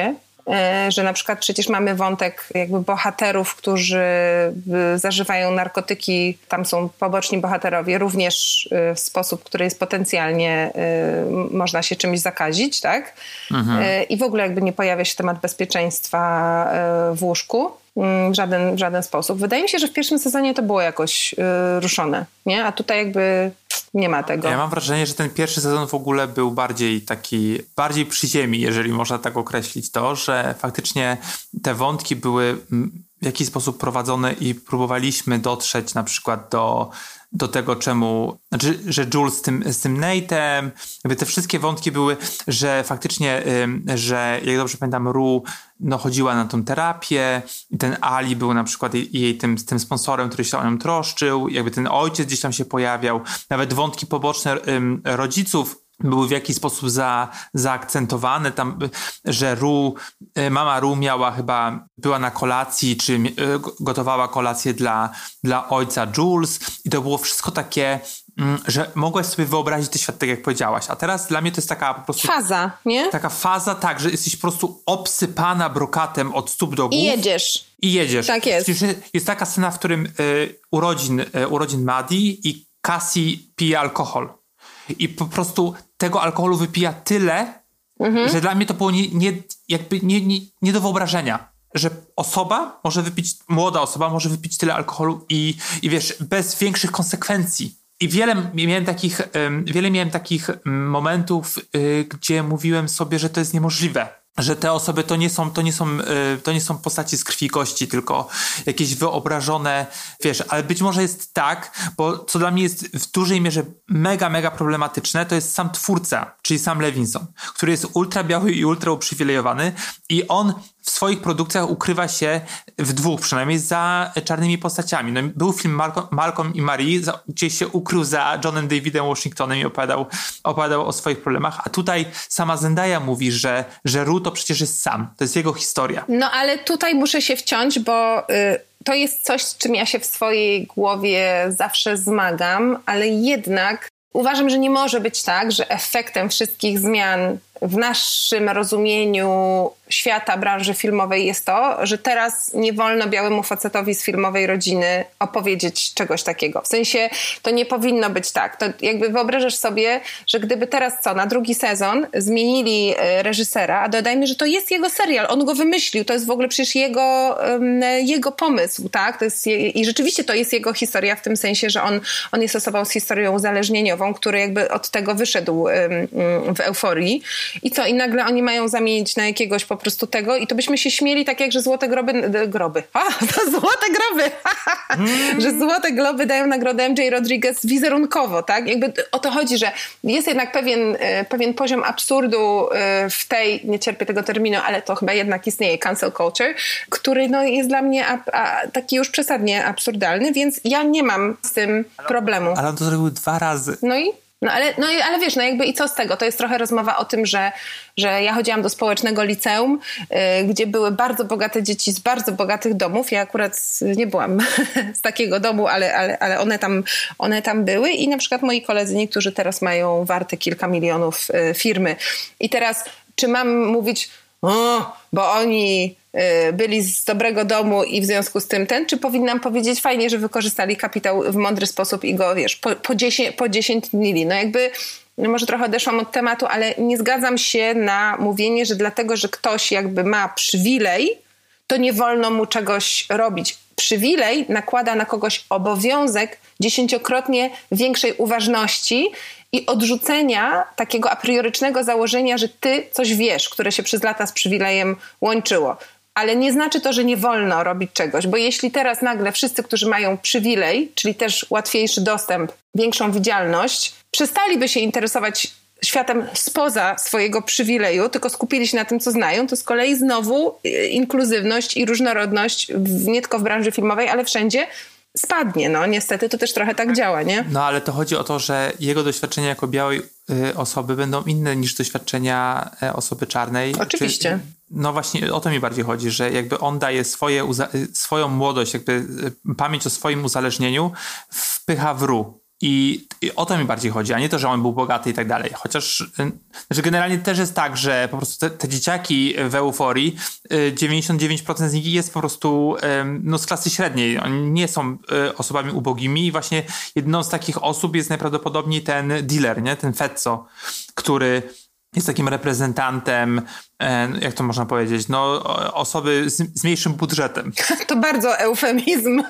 Że na przykład przecież mamy wątek jakby bohaterów, którzy zażywają narkotyki, tam są poboczni bohaterowie, również w sposób, który jest potencjalnie, można się czymś zakazić, tak? Mhm. I w ogóle jakby nie pojawia się temat bezpieczeństwa w łóżku w żaden, w żaden sposób. Wydaje mi się, że w pierwszym sezonie to było jakoś ruszone, nie? A tutaj jakby nie ma tego. Ja mam wrażenie, że ten pierwszy sezon w ogóle był bardziej taki, bardziej przy ziemi, jeżeli można tak określić to, że faktycznie te wątki były w jakiś sposób prowadzone i próbowaliśmy dotrzeć na przykład do, do tego, czemu, znaczy, że Jules z tym, z tym Nate'em, jakby te wszystkie wątki były, że faktycznie, że jak dobrze pamiętam, Ru no, chodziła na tą terapię i ten Ali był na przykład jej, jej tym, tym sponsorem, który się o nią troszczył, jakby ten ojciec gdzieś tam się pojawiał, nawet wątki poboczne ym, rodziców były w jakiś sposób za, zaakcentowane, tam, że Ru, mama Ru miała chyba, była na kolacji, czy gotowała kolację dla, dla ojca Jules i to było wszystko takie, że mogłaś sobie wyobrazić ten świat tak, jak powiedziałaś. A teraz dla mnie to jest taka po prostu... Faza, nie? Taka faza, tak, że jesteś po prostu obsypana brokatem od stóp do głów. I jedziesz. I jedziesz. Tak jest. Przecież jest taka scena, w którym y, urodzin, y, urodzin Maddie i Cassie pije alkohol. I po prostu tego alkoholu wypija tyle, mhm. że dla mnie to było nie, nie, jakby nie, nie, nie do wyobrażenia. Że osoba może wypić, młoda osoba może wypić tyle alkoholu i, i wiesz, bez większych konsekwencji. I wiele miałem takich, um, wiele miałem takich momentów, y, gdzie mówiłem sobie, że to jest niemożliwe. Że te osoby to nie są, to nie są, to nie są postaci z krwi i kości, tylko jakieś wyobrażone, wiesz, ale być może jest tak, bo co dla mnie jest w dużej mierze mega, mega problematyczne, to jest sam twórca, czyli Sam Levinson, który jest ultra biały i ultra uprzywilejowany i on w swoich produkcjach ukrywa się w dwóch, przynajmniej za czarnymi postaciami. No, był film Malcolm, Malcolm i Marie, gdzie się ukrył za Johnem Davidem Washingtonem i opowiadał, opowiadał o swoich problemach, a tutaj sama Zendaya mówi, że, że Ru to przecież jest Sam. To jest jego historia. No ale tutaj muszę się wciąć, bo y, to jest coś, z czym ja się w swojej głowie zawsze zmagam, ale jednak uważam, że nie może być tak, że efektem wszystkich zmian w naszym rozumieniu świata branży filmowej jest to, że teraz nie wolno białemu facetowi z filmowej rodziny opowiedzieć czegoś takiego. W sensie to nie powinno być tak. To jakby wyobrażasz sobie, że gdyby teraz co, na drugi sezon zmienili reżysera, a dodajmy, że to jest jego serial, on go wymyślił, to jest w ogóle przecież jego, um, jego pomysł, tak? To jest je, i rzeczywiście to jest jego historia w tym sensie, że on, on jest osobą z historią uzależnieniową, który jakby od tego wyszedł um, w euforii. I co? I nagle oni mają zamienić na jakiegoś po prostu tego i to byśmy się śmieli tak jak, że złote groby, groby, a, to złote groby, mm. że złote globy dają nagrodę M J Rodriguez wizerunkowo, tak? Jakby o to chodzi, że jest jednak pewien, pewien poziom absurdu w tej, nie cierpię tego terminu, ale to chyba jednak istnieje, cancel culture, który no, jest dla mnie a, a, taki już przesadnie absurdalny, więc ja nie mam z tym problemu. Ale on to zrobił dwa razy. No i? No ale, no ale wiesz, no jakby i co z tego? To jest trochę rozmowa o tym, że, że ja chodziłam do społecznego liceum, yy, gdzie były bardzo bogate dzieci z bardzo bogatych domów. Ja akurat nie byłam z takiego domu, ale, ale, ale one, tam, one tam były i na przykład moi koledzy, niektórzy teraz mają warte kilka milionów yy, firmy. I teraz, czy mam mówić, o, bo oni byli z dobrego domu i w związku z tym ten, czy powinnam powiedzieć fajnie, że wykorzystali kapitał w mądry sposób i go, wiesz, po, po, dziesięć, po dziesiętnili. No jakby, no może trochę odeszłam od tematu, ale nie zgadzam się na mówienie, że dlatego, że ktoś jakby ma przywilej, to nie wolno mu czegoś robić. Przywilej nakłada na kogoś obowiązek dziesięciokrotnie większej uważności i odrzucenia takiego apriorycznego założenia, że ty coś wiesz, które się przez lata z przywilejem łączyło. Ale nie znaczy to, że nie wolno robić czegoś, bo jeśli teraz nagle wszyscy, którzy mają przywilej, czyli też łatwiejszy dostęp, większą widzialność, przestaliby się interesować światem spoza swojego przywileju, tylko skupili się na tym, co znają, to z kolei znowu inkluzywność i różnorodność w, nie tylko w branży filmowej, ale wszędzie spadnie. No niestety to też trochę tak działa, nie? No ale to chodzi o to, że jego doświadczenia jako białej y, osoby będą inne niż doświadczenia y, osoby czarnej. Oczywiście. Czy, no właśnie o to mi bardziej chodzi, że jakby on daje swoje uza- swoją młodość, jakby y, pamięć o swoim uzależnieniu wpycha w ru. I, I o to mi bardziej chodzi, a nie to, że on był bogaty i tak dalej. Chociaż znaczy generalnie też jest tak, że po prostu te, te dzieciaki w euforii, dziewięćdziesiąt dziewięć procent z nich jest po prostu no, z klasy średniej. Oni nie są osobami ubogimi i właśnie jedną z takich osób jest najprawdopodobniej ten dealer, nie? Ten Fezzo, który jest takim reprezentantem, jak to można powiedzieć, no osoby z, z mniejszym budżetem. To bardzo eufemizm.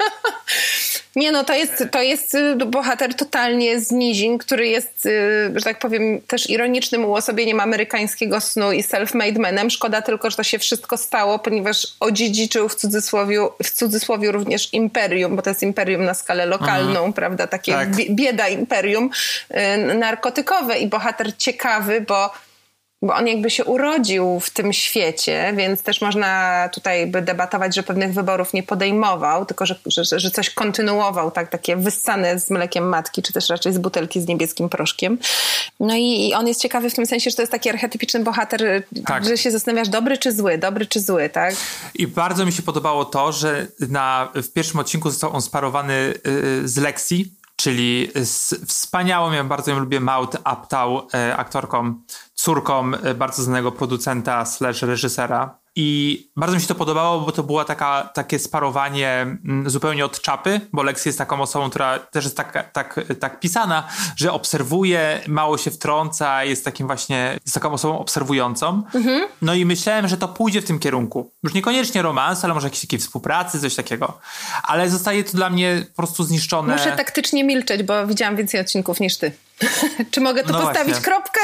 Nie no, to jest, to jest bohater totalnie z nizin, który jest, że tak powiem, też ironicznym uosobieniem amerykańskiego snu i self-made manem. Szkoda tylko, że to się wszystko stało, ponieważ odziedziczył w cudzysłowie, w cudzysłowie również imperium, bo to jest imperium na skalę lokalną, mhm. prawda? Takie tak. bieda imperium narkotykowe i bohater ciekawy, bo bo on jakby się urodził w tym świecie, więc też można tutaj by debatować, że pewnych wyborów nie podejmował, tylko że, że, że coś kontynuował, tak, takie wyssane z mlekiem matki, czy też raczej z butelki z niebieskim proszkiem. No i, i on jest ciekawy w tym sensie, że to jest taki archetypiczny bohater, tak. że się zastanawiasz, dobry czy zły, dobry czy zły, tak? I bardzo mi się podobało to, że na, w pierwszym odcinku został on sparowany yy, z Lexi, czyli z wspaniałą, ja bardzo ją lubię, Maud Apatow, e, aktorką, córką e, bardzo znanego producenta slash reżysera. I bardzo mi się to podobało, bo to było taka, takie sparowanie m, zupełnie od czapy, bo Lexi jest taką osobą, która też jest tak, tak, tak pisana, że obserwuje, mało się wtrąca, jest takim właśnie, jest taką osobą obserwującą. Mhm. No i myślałem, że to pójdzie w tym kierunku. Już niekoniecznie romans, ale może jakieś takie współpracy, coś takiego. Ale zostaje to dla mnie po prostu zniszczone. Muszę taktycznie milczeć, bo widziałam więcej odcinków niż ty. Czy mogę tu no postawić właśnie. kropkę?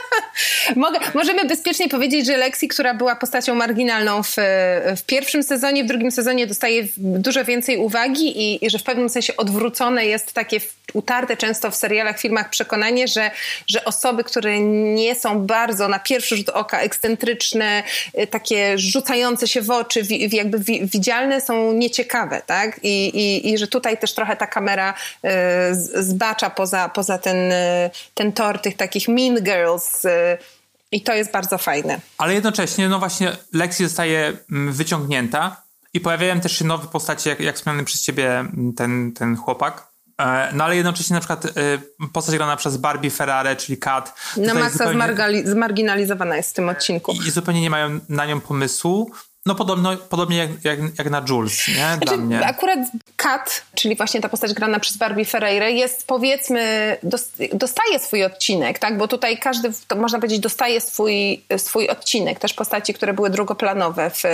Mogę, możemy bezpiecznie powiedzieć, że Lexi, która była postacią marginalną w, w pierwszym sezonie, w drugim sezonie dostaje dużo więcej uwagi i, i że w pewnym sensie odwrócone jest takie utarte często w serialach, filmach przekonanie, że, że osoby, które nie są bardzo na pierwszy rzut oka ekscentryczne, takie rzucające się w oczy, wi, jakby wi, widzialne, są nieciekawe, tak? I, i, i że tutaj też trochę ta kamera y, zbacza poza, poza ten ten tor tych takich mean girls i to jest bardzo fajne. Ale jednocześnie, no właśnie Lexi zostaje wyciągnięta i pojawiają też się nowe postacie, jak, jak wspomniany przez ciebie ten, ten chłopak, No ale jednocześnie na przykład postać grana przez Barbie Ferrara, czyli Kat. No maksa zupełnie... zmargali- zmarginalizowana jest w tym odcinku. I, I zupełnie nie mają na nią pomysłu. No podobno, podobnie jak, jak, jak na Jules, nie? Dla znaczy, mnie. Akurat Kat, czyli właśnie ta postać grana przez Barbie Ferreira jest, powiedzmy, dostaje swój odcinek, tak? Bo tutaj każdy, to można powiedzieć, dostaje swój, swój odcinek. Też postaci, które były drugoplanowe w,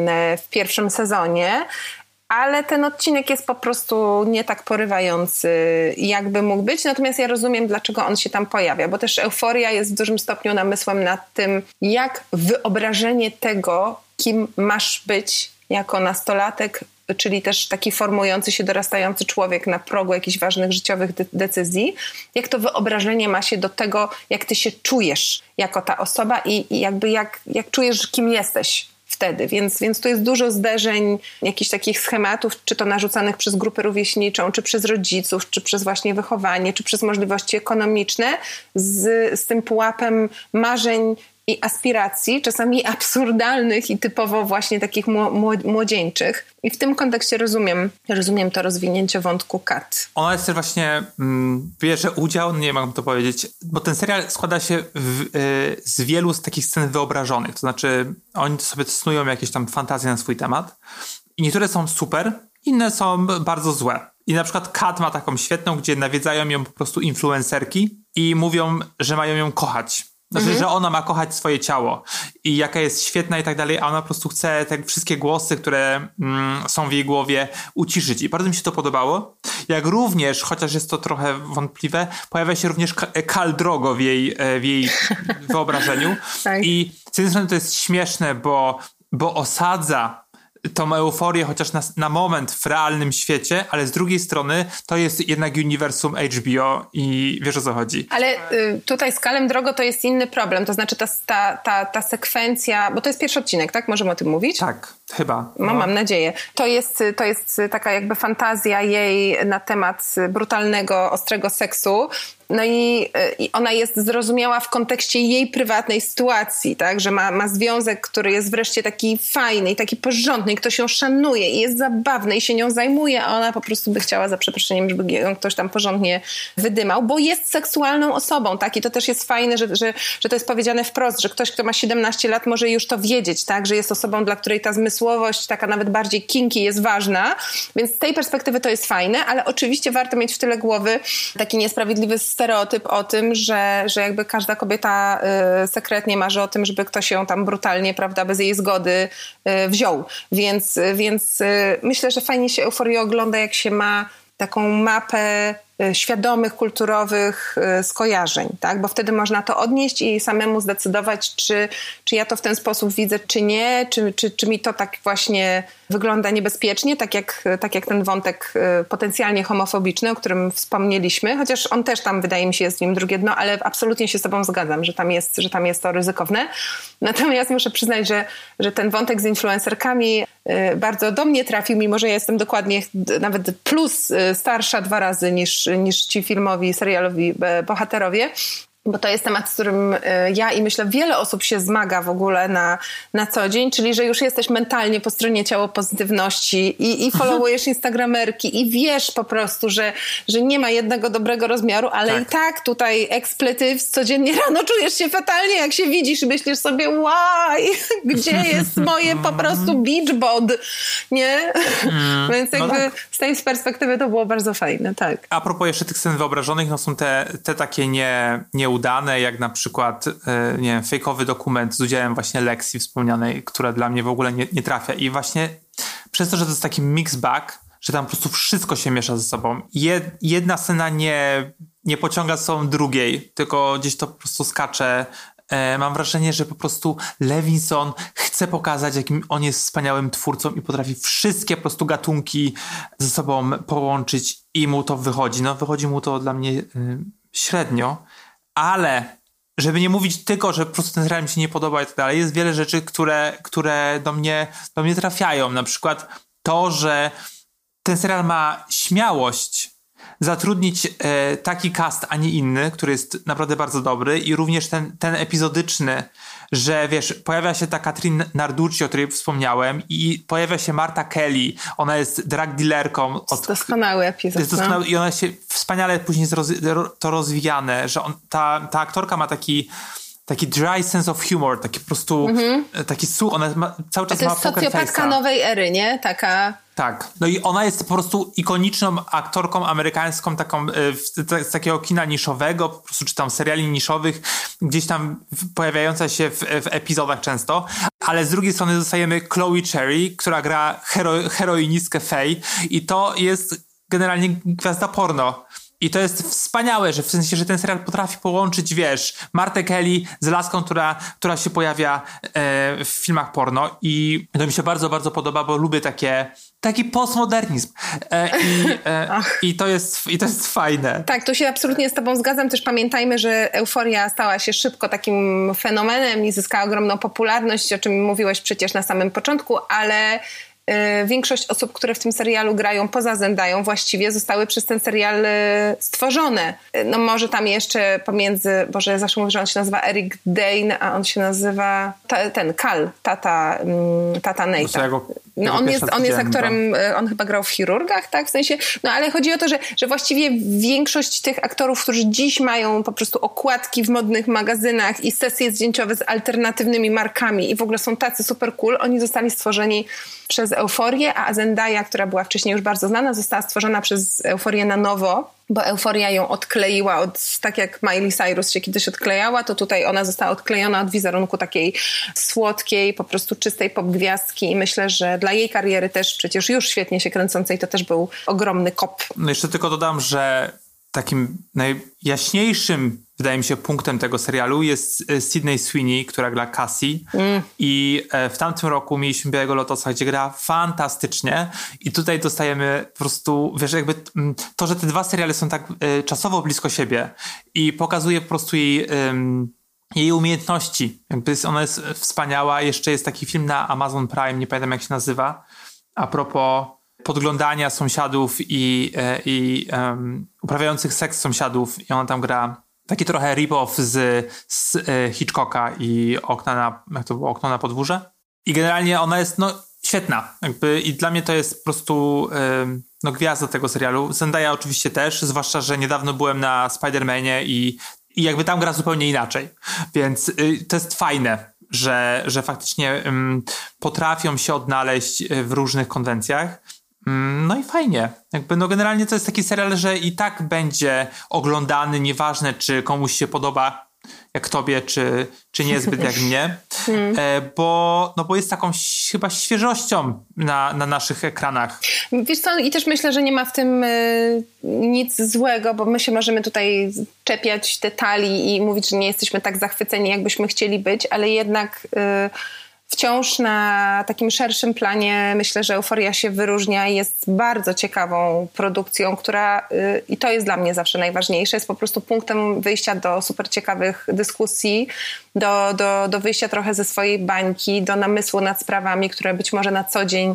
w pierwszym sezonie. Ale ten odcinek jest po prostu nie tak porywający, jakby mógł być. Natomiast ja rozumiem, dlaczego on się tam pojawia, bo też Euforia jest w dużym stopniu namysłem nad tym, jak wyobrażenie tego, kim masz być jako nastolatek, czyli też taki formujący się, dorastający człowiek na progu jakichś ważnych życiowych de- decyzji, jak to wyobrażenie ma się do tego, jak ty się czujesz jako ta osoba i, i jakby jak, jak czujesz, kim jesteś wtedy, więc, więc tu jest dużo zderzeń, jakichś takich schematów, czy to narzucanych przez grupę rówieśniczą, czy przez rodziców, czy przez właśnie wychowanie, czy przez możliwości ekonomiczne z, z tym pułapem marzeń i aspiracji, czasami absurdalnych i typowo właśnie takich młodzieńczych. I w tym kontekście rozumiem, rozumiem to rozwinięcie wątku Kat. Ona jest też właśnie, mm, bierze udział, nie wiem jak to powiedzieć, bo ten serial składa się w, y, z wielu z takich scen wyobrażonych. To znaczy oni sobie snują jakieś tam fantazje na swój temat. I niektóre są super, inne są bardzo złe. I na przykład Kat ma taką świetną, gdzie nawiedzają ją po prostu influencerki i mówią, że mają ją kochać. Znaczy, mhm. że ona ma kochać swoje ciało i jaka jest świetna i tak dalej, a ona po prostu chce te wszystkie głosy, które mm, są w jej głowie, uciszyć. I bardzo mi się to podobało. Jak również, chociaż jest to trochę wątpliwe, pojawia się również Khal Drogo w jej, w jej wyobrażeniu. Tak. I z jednej strony to jest śmieszne, bo, bo osadza tą euforię chociaż na, na moment w realnym świecie, ale z drugiej strony to jest jednak uniwersum H B O i wiesz o co chodzi. Ale y, tutaj z Khalem Drogo to jest inny problem, to znaczy ta, ta, ta, ta sekwencja, bo to jest pierwszy odcinek, tak? Możemy o tym mówić? Tak, chyba. No. Mam nadzieję. To jest, to jest taka jakby fantazja jej na temat brutalnego, ostrego seksu. No i, i ona jest zrozumiała w kontekście jej prywatnej sytuacji, tak? Że ma, ma związek, który jest wreszcie taki fajny i taki porządny i ktoś ją szanuje i jest zabawny i się nią zajmuje, a ona po prostu by chciała, za przeproszeniem, żeby ją ktoś tam porządnie wydymał, bo jest seksualną osobą, tak? I to też jest fajne, że, że, że to jest powiedziane wprost, że ktoś, kto ma siedemnaście lat może już to wiedzieć, tak? Że jest osobą, dla której ta zmysłowość, taka nawet bardziej kinky jest ważna, więc z tej perspektywy to jest fajne, ale oczywiście warto mieć w tyle głowy taki niesprawiedliwy stereotyp o tym, że, że jakby każda kobieta y, sekretnie marzy o tym, żeby ktoś ją tam brutalnie, prawda, bez jej zgody y, wziął. Więc, y, więc y, myślę, że fajnie się Euforię ogląda, jak się ma taką mapę świadomych, kulturowych skojarzeń, tak? Bo wtedy można to odnieść i samemu zdecydować, czy, czy ja to w ten sposób widzę, czy nie, czy, czy, czy mi to tak właśnie wygląda niebezpiecznie, tak jak, tak jak ten wątek potencjalnie homofobiczny, o którym wspomnieliśmy, chociaż on też tam, wydaje mi się, jest w nim drugie dno, ale absolutnie się z tobą zgadzam, że tam jest, że tam jest to ryzykowne. Natomiast muszę przyznać, że, że ten wątek z influencerkami bardzo do mnie trafił, mimo że ja jestem dokładnie nawet plus starsza dwa razy niż, niż ci filmowi, serialowi bohaterowie. Bo to jest temat, z którym ja i myślę wiele osób się zmaga w ogóle na, na co dzień, czyli że już jesteś mentalnie po stronie ciało pozytywności i, i followujesz instagramerki i wiesz po prostu, że, że nie ma jednego dobrego rozmiaru, ale tak. i tak tutaj expletyves codziennie rano czujesz się fatalnie, jak się widzisz i myślisz sobie, why? Gdzie jest moje po prostu beach bod? Nie? Mm, Więc jakby no tak. z tej perspektywy to było bardzo fajne, tak. A propos jeszcze tych scen wyobrażonych, no są te, te takie nie, nie udane, jak na przykład nie wiem, fejkowy dokument z udziałem właśnie Lexi wspomnianej, która dla mnie w ogóle nie, nie trafia. I właśnie przez to, że to jest taki mix bag, że tam po prostu wszystko się miesza ze sobą. Jed, jedna scena nie, nie pociąga z sobą drugiej, tylko gdzieś to po prostu skacze. E, mam wrażenie, że po prostu Levinson chce pokazać, jakim on jest wspaniałym twórcą i potrafi wszystkie po prostu gatunki ze sobą połączyć i mu to wychodzi. No wychodzi mu to dla mnie y, średnio. Ale, żeby nie mówić tylko, że po prostu ten serial mi się nie podoba i tak dalej, jest wiele rzeczy, które, które do mnie, do mnie trafiają. Na przykład to, że ten serial ma śmiałość zatrudnić e, taki cast, a nie inny, który jest naprawdę bardzo dobry i również ten, ten epizodyczny, że wiesz, pojawia się ta Katrin Narducci, o której wspomniałem i pojawia się Marta Kelly, ona jest drug dealerką. Od, doskonały epizod. Jest doskonały, no. I ona się wspaniale później jest roz, to rozwijane, że on, ta, ta aktorka ma taki taki dry sense of humor, taki po prostu mm-hmm. taki su, ona ma, cały czas ma poker face'a. To jest socjopatka nowej ery, nie? Taka... Tak. No i ona jest po prostu ikoniczną aktorką amerykańską, taką z takiego kina niszowego, po prostu czy tam seriali niszowych, gdzieś tam pojawiająca się w, w epizodach często, ale z drugiej strony dostajemy Chloe Cherry, która gra hero, heroinistkę Faye i to jest generalnie gwiazda porno. I to jest wspaniałe, że w sensie, że ten serial potrafi połączyć, wiesz, Martę Kelly z laską, która, która się pojawia e, w filmach porno i to mi się bardzo, bardzo podoba, bo lubię takie, taki postmodernizm e, i, e, i, to jest, i to jest fajne. Tak, tu się absolutnie z tobą zgadzam. Też pamiętajmy, że Euforia stała się szybko takim fenomenem i zyskała ogromną popularność, o czym mówiłeś przecież na samym początku, ale większość osób, które w tym serialu grają poza Zendają właściwie zostały przez ten serial stworzone. No może tam jeszcze pomiędzy, Boże, ja zawsze mówię, że on się nazywa Eric Dane, a on się nazywa ta, ten Cal, tata, tata Nate'a. No on jest, on jest aktorem, on chyba grał w Chirurgach, tak? W sensie, no ale chodzi o to, że, że właściwie większość tych aktorów, którzy dziś mają po prostu okładki w modnych magazynach i sesje zdjęciowe z alternatywnymi markami i w ogóle są tacy super cool, oni zostali stworzeni przez Euforię, a Zendaya, która była wcześniej już bardzo znana, została stworzona przez Euforię na nowo, bo Euforia ją odkleiła od, tak jak Miley Cyrus się kiedyś odklejała, to tutaj ona została odklejona od wizerunku takiej słodkiej, po prostu czystej pop gwiazdki i myślę, że dla jej kariery też przecież już świetnie się kręcącej to też był ogromny kop. No jeszcze tylko dodam, że takim najjaśniejszym, wydaje mi się, punktem tego serialu jest Sydney Sweeney, która gra Cassie mm. i w tamtym roku mieliśmy Białego Lotosa, gdzie gra fantastycznie i tutaj dostajemy po prostu, wiesz, jakby to, że te dwa seriale są tak czasowo blisko siebie i pokazuje po prostu jej um, jej umiejętności. Jakby ona jest wspaniała. Jeszcze jest taki film na Amazon Prime, nie pamiętam jak się nazywa, a propos podglądania sąsiadów i, i um, uprawiających seks sąsiadów i ona tam gra taki trochę rip-off z, z Hitchcocka i okna na, jak to było, okno na podwórze. I generalnie ona jest no świetna. Jakby, i dla mnie to jest po prostu um, no, gwiazda tego serialu. Zendaya oczywiście też, zwłaszcza, że niedawno byłem na Spider-Manie i, i jakby tam gra zupełnie inaczej. Więc y, to jest fajne, że, że faktycznie um, potrafią się odnaleźć w różnych konwencjach. No i fajnie. Jakby no generalnie to jest taki serial, że i tak będzie oglądany, nieważne czy komuś się podoba jak tobie, czy, czy niezbyt jak mnie, hmm. e, bo, no bo jest taką chyba świeżością na, na naszych ekranach. Wiesz co, i też myślę, że nie ma w tym y, nic złego, bo my się możemy tutaj czepiać detali i mówić, że nie jesteśmy tak zachwyceni, jakbyśmy chcieli być, ale jednak... Y, Wciąż na takim szerszym planie myślę, że Euforia się wyróżnia i jest bardzo ciekawą produkcją, która, yy, i to jest dla mnie zawsze najważniejsze, jest po prostu punktem wyjścia do super ciekawych dyskusji, do, do, do wyjścia trochę ze swojej bańki, do namysłu nad sprawami, które być może na co dzień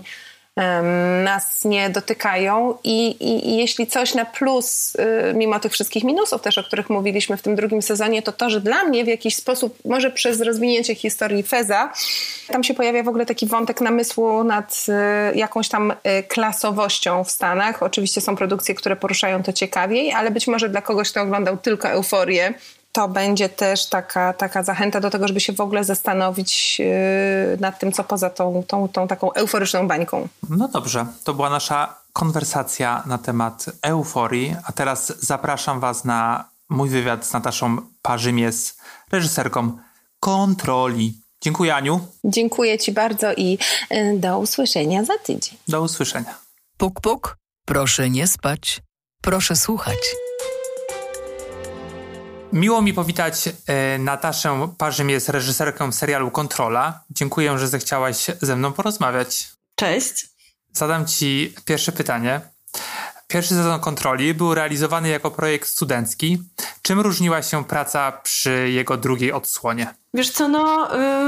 um, nas nie dotykają i, i, i jeśli coś na plus, yy, mimo tych wszystkich minusów też, o których mówiliśmy w tym drugim sezonie, to to, że dla mnie w jakiś sposób, może przez rozwinięcie historii Feza, tam się pojawia w ogóle taki wątek namysłu nad y, jakąś tam y, klasowością w Stanach. Oczywiście są produkcje, które poruszają to ciekawiej, ale być może dla kogoś, kto oglądał tylko Euforię, to będzie też taka, taka zachęta do tego, żeby się w ogóle zastanowić yy, nad tym, co poza tą, tą, tą taką euforyczną bańką. No dobrze, to była nasza konwersacja na temat Euforii, a teraz zapraszam was na mój wywiad z Nataszą Parzymies, reżyserką Kontroli. Dziękuję, Aniu. Dziękuję ci bardzo i yy, do usłyszenia za tydzień. Do usłyszenia. Puk, puk, proszę nie spać, proszę słuchać. Miło mi powitać e, Nataszę Parzymies, reżyserkę serialu Kontrola. Dziękuję, że zechciałaś ze mną porozmawiać. Cześć. Zadam ci pierwsze pytanie. Pierwszy sezon Kontroli był realizowany jako projekt studencki. Czym różniła się praca przy jego drugiej odsłonie? Wiesz co, no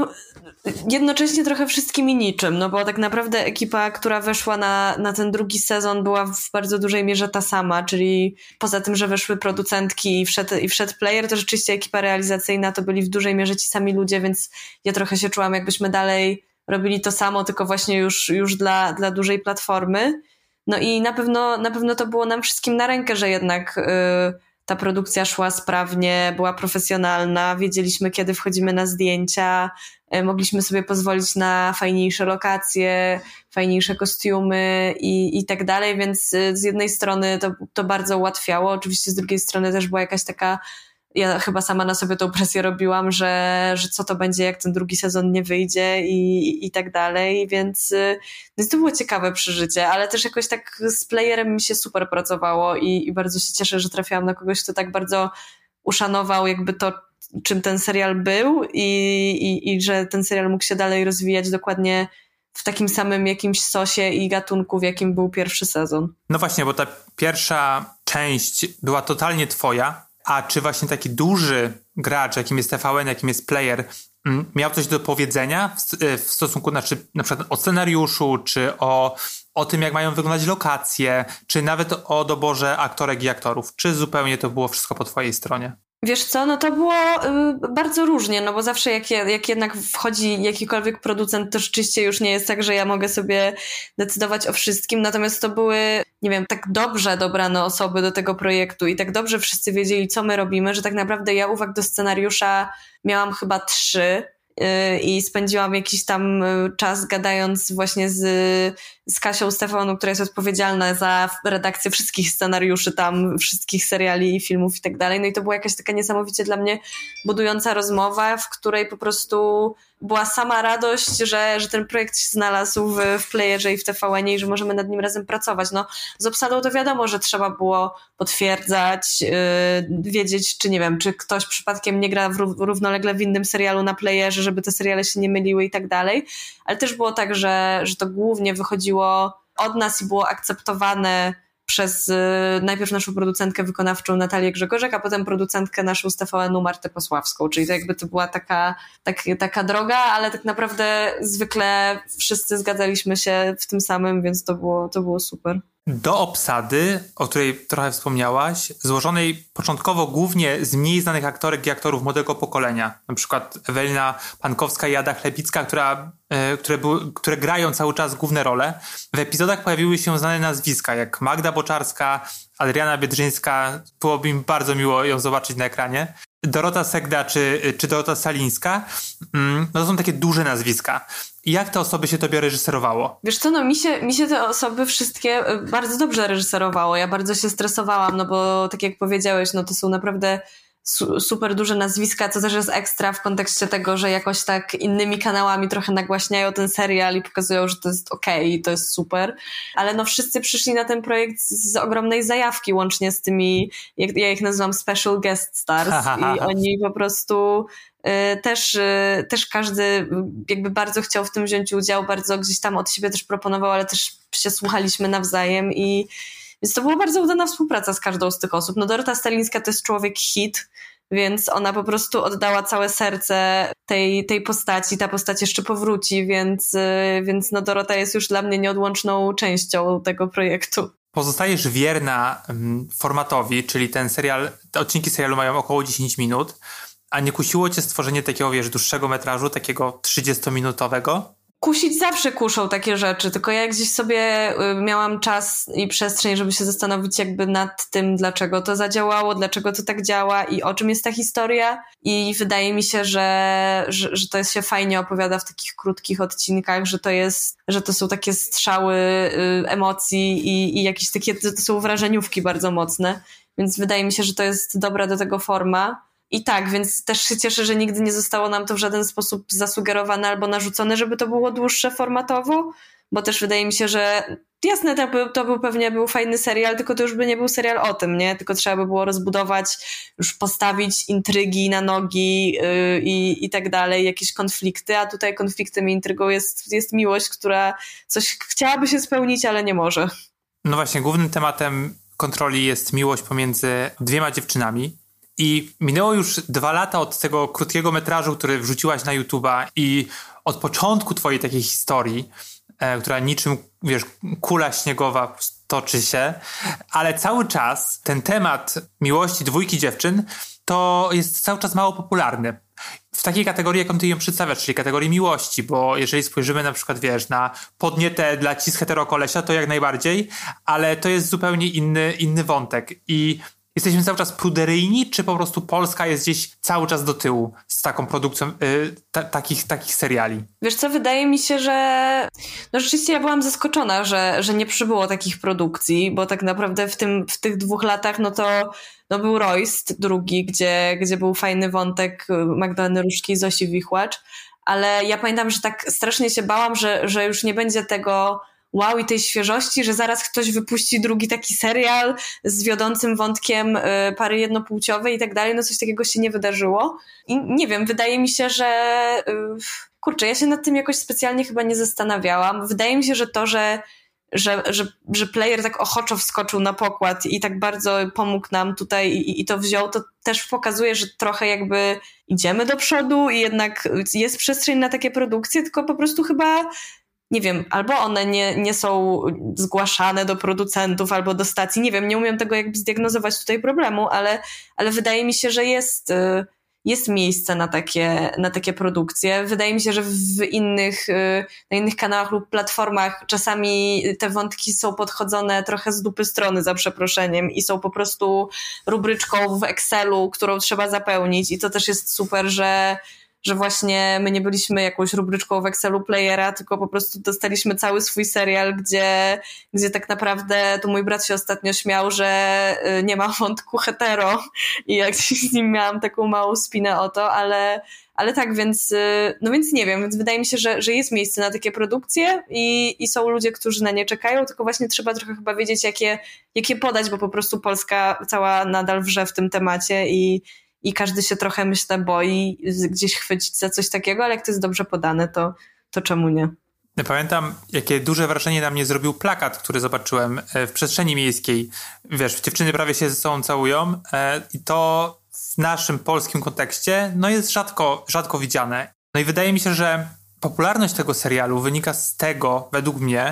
jednocześnie trochę wszystkim i niczym, no bo tak naprawdę ekipa, która weszła na, na ten drugi sezon, była w bardzo dużej mierze ta sama, czyli poza tym, że weszły producentki i wszedł, i wszedł player, to rzeczywiście ekipa realizacyjna to byli w dużej mierze ci sami ludzie, więc ja trochę się czułam, jakbyśmy dalej robili to samo, tylko właśnie już, już dla, dla dużej platformy. No i na pewno, na pewno to było nam wszystkim na rękę, że jednak yy, ta produkcja szła sprawnie, była profesjonalna, wiedzieliśmy, kiedy wchodzimy na zdjęcia, yy, mogliśmy sobie pozwolić na fajniejsze lokacje, fajniejsze kostiumy i, i tak dalej, więc yy, z jednej strony to, to bardzo ułatwiało, oczywiście z drugiej strony też była jakaś taka, ja chyba sama na sobie tą presję robiłam, że, że co to będzie, jak ten drugi sezon nie wyjdzie i, i tak dalej, więc, więc to było ciekawe przeżycie, ale też jakoś tak z playerem mi się super pracowało i, i bardzo się cieszę, że trafiłam na kogoś, kto tak bardzo uszanował jakby to, czym ten serial był i, i, i że ten serial mógł się dalej rozwijać dokładnie w takim samym jakimś sosie i gatunku, w jakim był pierwszy sezon. No właśnie, bo ta pierwsza część była totalnie twoja. A czy właśnie taki duży gracz, jakim jest T V N, jakim jest player, miał coś do powiedzenia w, w stosunku znaczy, na przykład o scenariuszu, czy o, o tym, jak mają wyglądać lokacje, czy nawet o doborze aktorek i aktorów? Czy zupełnie to było wszystko po twojej stronie? Wiesz co, no to było y, bardzo różnie, no bo zawsze jak, jak jednak wchodzi jakikolwiek producent, to rzeczywiście już nie jest tak, że ja mogę sobie decydować o wszystkim, natomiast to były, nie wiem, tak dobrze dobrane osoby do tego projektu i tak dobrze wszyscy wiedzieli, co my robimy, że tak naprawdę ja uwag do scenariusza miałam chyba trzy i spędziłam jakiś tam czas gadając właśnie z, z Kasią Stefanu, która jest odpowiedzialna za redakcję wszystkich scenariuszy tam, wszystkich seriali i filmów i tak dalej. No i to była jakaś taka niesamowicie dla mnie budująca rozmowa, w której po prostu była sama radość, że, że ten projekt się znalazł w, w playerze i w T V N-ie i że możemy nad nim razem pracować. No, z obsadą to wiadomo, że trzeba było potwierdzać, yy, wiedzieć, czy nie wiem, czy ktoś przypadkiem nie gra w, równolegle w innym serialu na playerze, żeby te seriale się nie myliły i tak dalej. Ale też było tak, że, że to głównie wychodziło od nas i było akceptowane przez y, najpierw naszą producentkę wykonawczą Natalię Grzegorzek, a potem producentkę naszą z T V N-u Martę Posławską, czyli to jakby to była taka, tak, taka droga, ale tak naprawdę zwykle wszyscy zgadzaliśmy się w tym samym, więc to było, to było super. Do obsady, o której trochę wspomniałaś, złożonej początkowo głównie z mniej znanych aktorek i aktorów młodego pokolenia, na przykład Ewelina Pankowska i Ada Chlebicka, która, e, które, były, które grają cały czas główne role. W epizodach pojawiły się znane nazwiska, jak Magda Boczarska, Adriana Biedrzyńska, byłoby mi bardzo miło ją zobaczyć na ekranie, Dorota Segda czy, czy Dorota Salińska. No to są takie duże nazwiska. I jak te osoby się tobie reżyserowało? Wiesz co, no mi się, mi się te osoby wszystkie bardzo dobrze reżyserowało. Ja bardzo się stresowałam, no bo tak jak powiedziałeś, no to są naprawdę su- super duże nazwiska, co też jest ekstra w kontekście tego, że jakoś tak innymi kanałami trochę nagłaśniają ten serial i pokazują, że to jest okej i to jest super. Ale no wszyscy przyszli na ten projekt z, z ogromnej zajawki, łącznie z tymi, jak ja ich nazywam special guest stars i oni po prostu Też, też każdy jakby bardzo chciał w tym wziąć udział, bardzo gdzieś tam od siebie też proponował, ale też się słuchaliśmy nawzajem i więc to była bardzo udana współpraca z każdą z tych osób. No Dorota Stalińska to jest człowiek hit, więc ona po prostu oddała całe serce tej, tej postaci, ta postać jeszcze powróci, więc, więc no Dorota jest już dla mnie nieodłączną częścią tego projektu. Pozostajesz wierna um, formatowi, czyli ten serial, te odcinki serialu mają około dziesięć minut. A nie kusiło cię stworzenie takiego, wiesz, dłuższego metrażu, takiego trzydziestominutowego? Kusić zawsze kuszą takie rzeczy, tylko ja gdzieś sobie miałam czas i przestrzeń, żeby się zastanowić jakby nad tym, dlaczego to zadziałało, dlaczego to tak działa i o czym jest ta historia. I wydaje mi się, że, że, że to się fajnie opowiada w takich krótkich odcinkach, że to jest, że to są takie strzały y, emocji i, i jakieś takie, to są wrażeniówki bardzo mocne. Więc wydaje mi się, że to jest dobra do tego forma. I tak, więc też się cieszę, że nigdy nie zostało nam to w żaden sposób zasugerowane albo narzucone, żeby to było dłuższe formatowo, bo też wydaje mi się, że jasne, to był, to był pewnie był fajny serial, tylko to już by nie był serial o tym, nie? Tylko trzeba by było rozbudować, już postawić intrygi na nogi yy, i, i tak dalej, jakieś konflikty, a tutaj konfliktem i intrygą jest, jest miłość, która coś chciałaby się spełnić, ale nie może. No właśnie, głównym tematem kontroli jest miłość pomiędzy dwiema dziewczynami. I minęło już dwa lata od tego krótkiego metrażu, który wrzuciłaś na YouTube'a i od początku twojej takiej historii, e, która niczym, wiesz, kula śniegowa toczy się, ale cały czas ten temat miłości dwójki dziewczyn to jest cały czas mało popularny. W takiej kategorii, jaką ty ją przedstawiasz, czyli kategorii miłości, bo jeżeli spojrzymy na przykład, wiesz, na podnietę dla cis heterokolesia, to jak najbardziej, ale to jest zupełnie inny, inny wątek. I jesteśmy cały czas pruderyjni, czy po prostu Polska jest gdzieś cały czas do tyłu z taką produkcją yy, ta, takich, takich seriali? Wiesz co, wydaje mi się, że no rzeczywiście ja byłam zaskoczona, że, że nie przybyło takich produkcji, bo tak naprawdę w, tym, w tych dwóch latach no to no był Royst drugi, gdzie, gdzie był fajny wątek Magdaleny Różki i Zosi Wichłacz, ale ja pamiętam, że tak strasznie się bałam, że, że już nie będzie tego wow i tej świeżości, że zaraz ktoś wypuści drugi taki serial z wiodącym wątkiem y, pary jednopłciowej i tak dalej, no coś takiego się nie wydarzyło. I nie wiem, wydaje mi się, że y, kurczę, ja się nad tym jakoś specjalnie chyba nie zastanawiałam. Wydaje mi się, że to, że Że, że, że player tak ochoczo wskoczył na pokład i tak bardzo pomógł nam tutaj i, i to wziął, to też pokazuje, że trochę jakby idziemy do przodu i jednak jest przestrzeń na takie produkcje, tylko po prostu chyba nie wiem, albo one nie, nie są zgłaszane do producentów albo do stacji, nie wiem, nie umiem tego jakby zdiagnozować tutaj problemu, ale, ale wydaje mi się, że jest, jest miejsce na takie, na takie produkcje. Wydaje mi się, że w innych, na innych kanałach lub platformach czasami te wątki są podchodzone trochę z dupy strony, za przeproszeniem, i są po prostu rubryczką w Excelu, którą trzeba zapełnić, i to też jest super, że że właśnie my nie byliśmy jakąś rubryczką w Excelu playera, tylko po prostu dostaliśmy cały swój serial, gdzie, gdzie tak naprawdę, to mój brat się ostatnio śmiał, że nie ma wątku hetero i jak z nim miałam taką małą spinę o to, ale, ale tak, więc no więc nie wiem, więc wydaje mi się, że, że jest miejsce na takie produkcje i, i są ludzie, którzy na nie czekają, tylko właśnie trzeba trochę chyba wiedzieć, jakie, jakie podać, bo po prostu Polska cała nadal wrze w tym temacie i I każdy się trochę, myślę, boi gdzieś chwycić za coś takiego, ale jak to jest dobrze podane, to, to czemu nie? Ja pamiętam, jakie duże wrażenie na mnie zrobił plakat, który zobaczyłem w przestrzeni miejskiej. Wiesz, dziewczyny prawie się ze sobą całują i to w naszym polskim kontekście no jest rzadko, rzadko widziane. No i wydaje mi się, że popularność tego serialu wynika z tego, według mnie,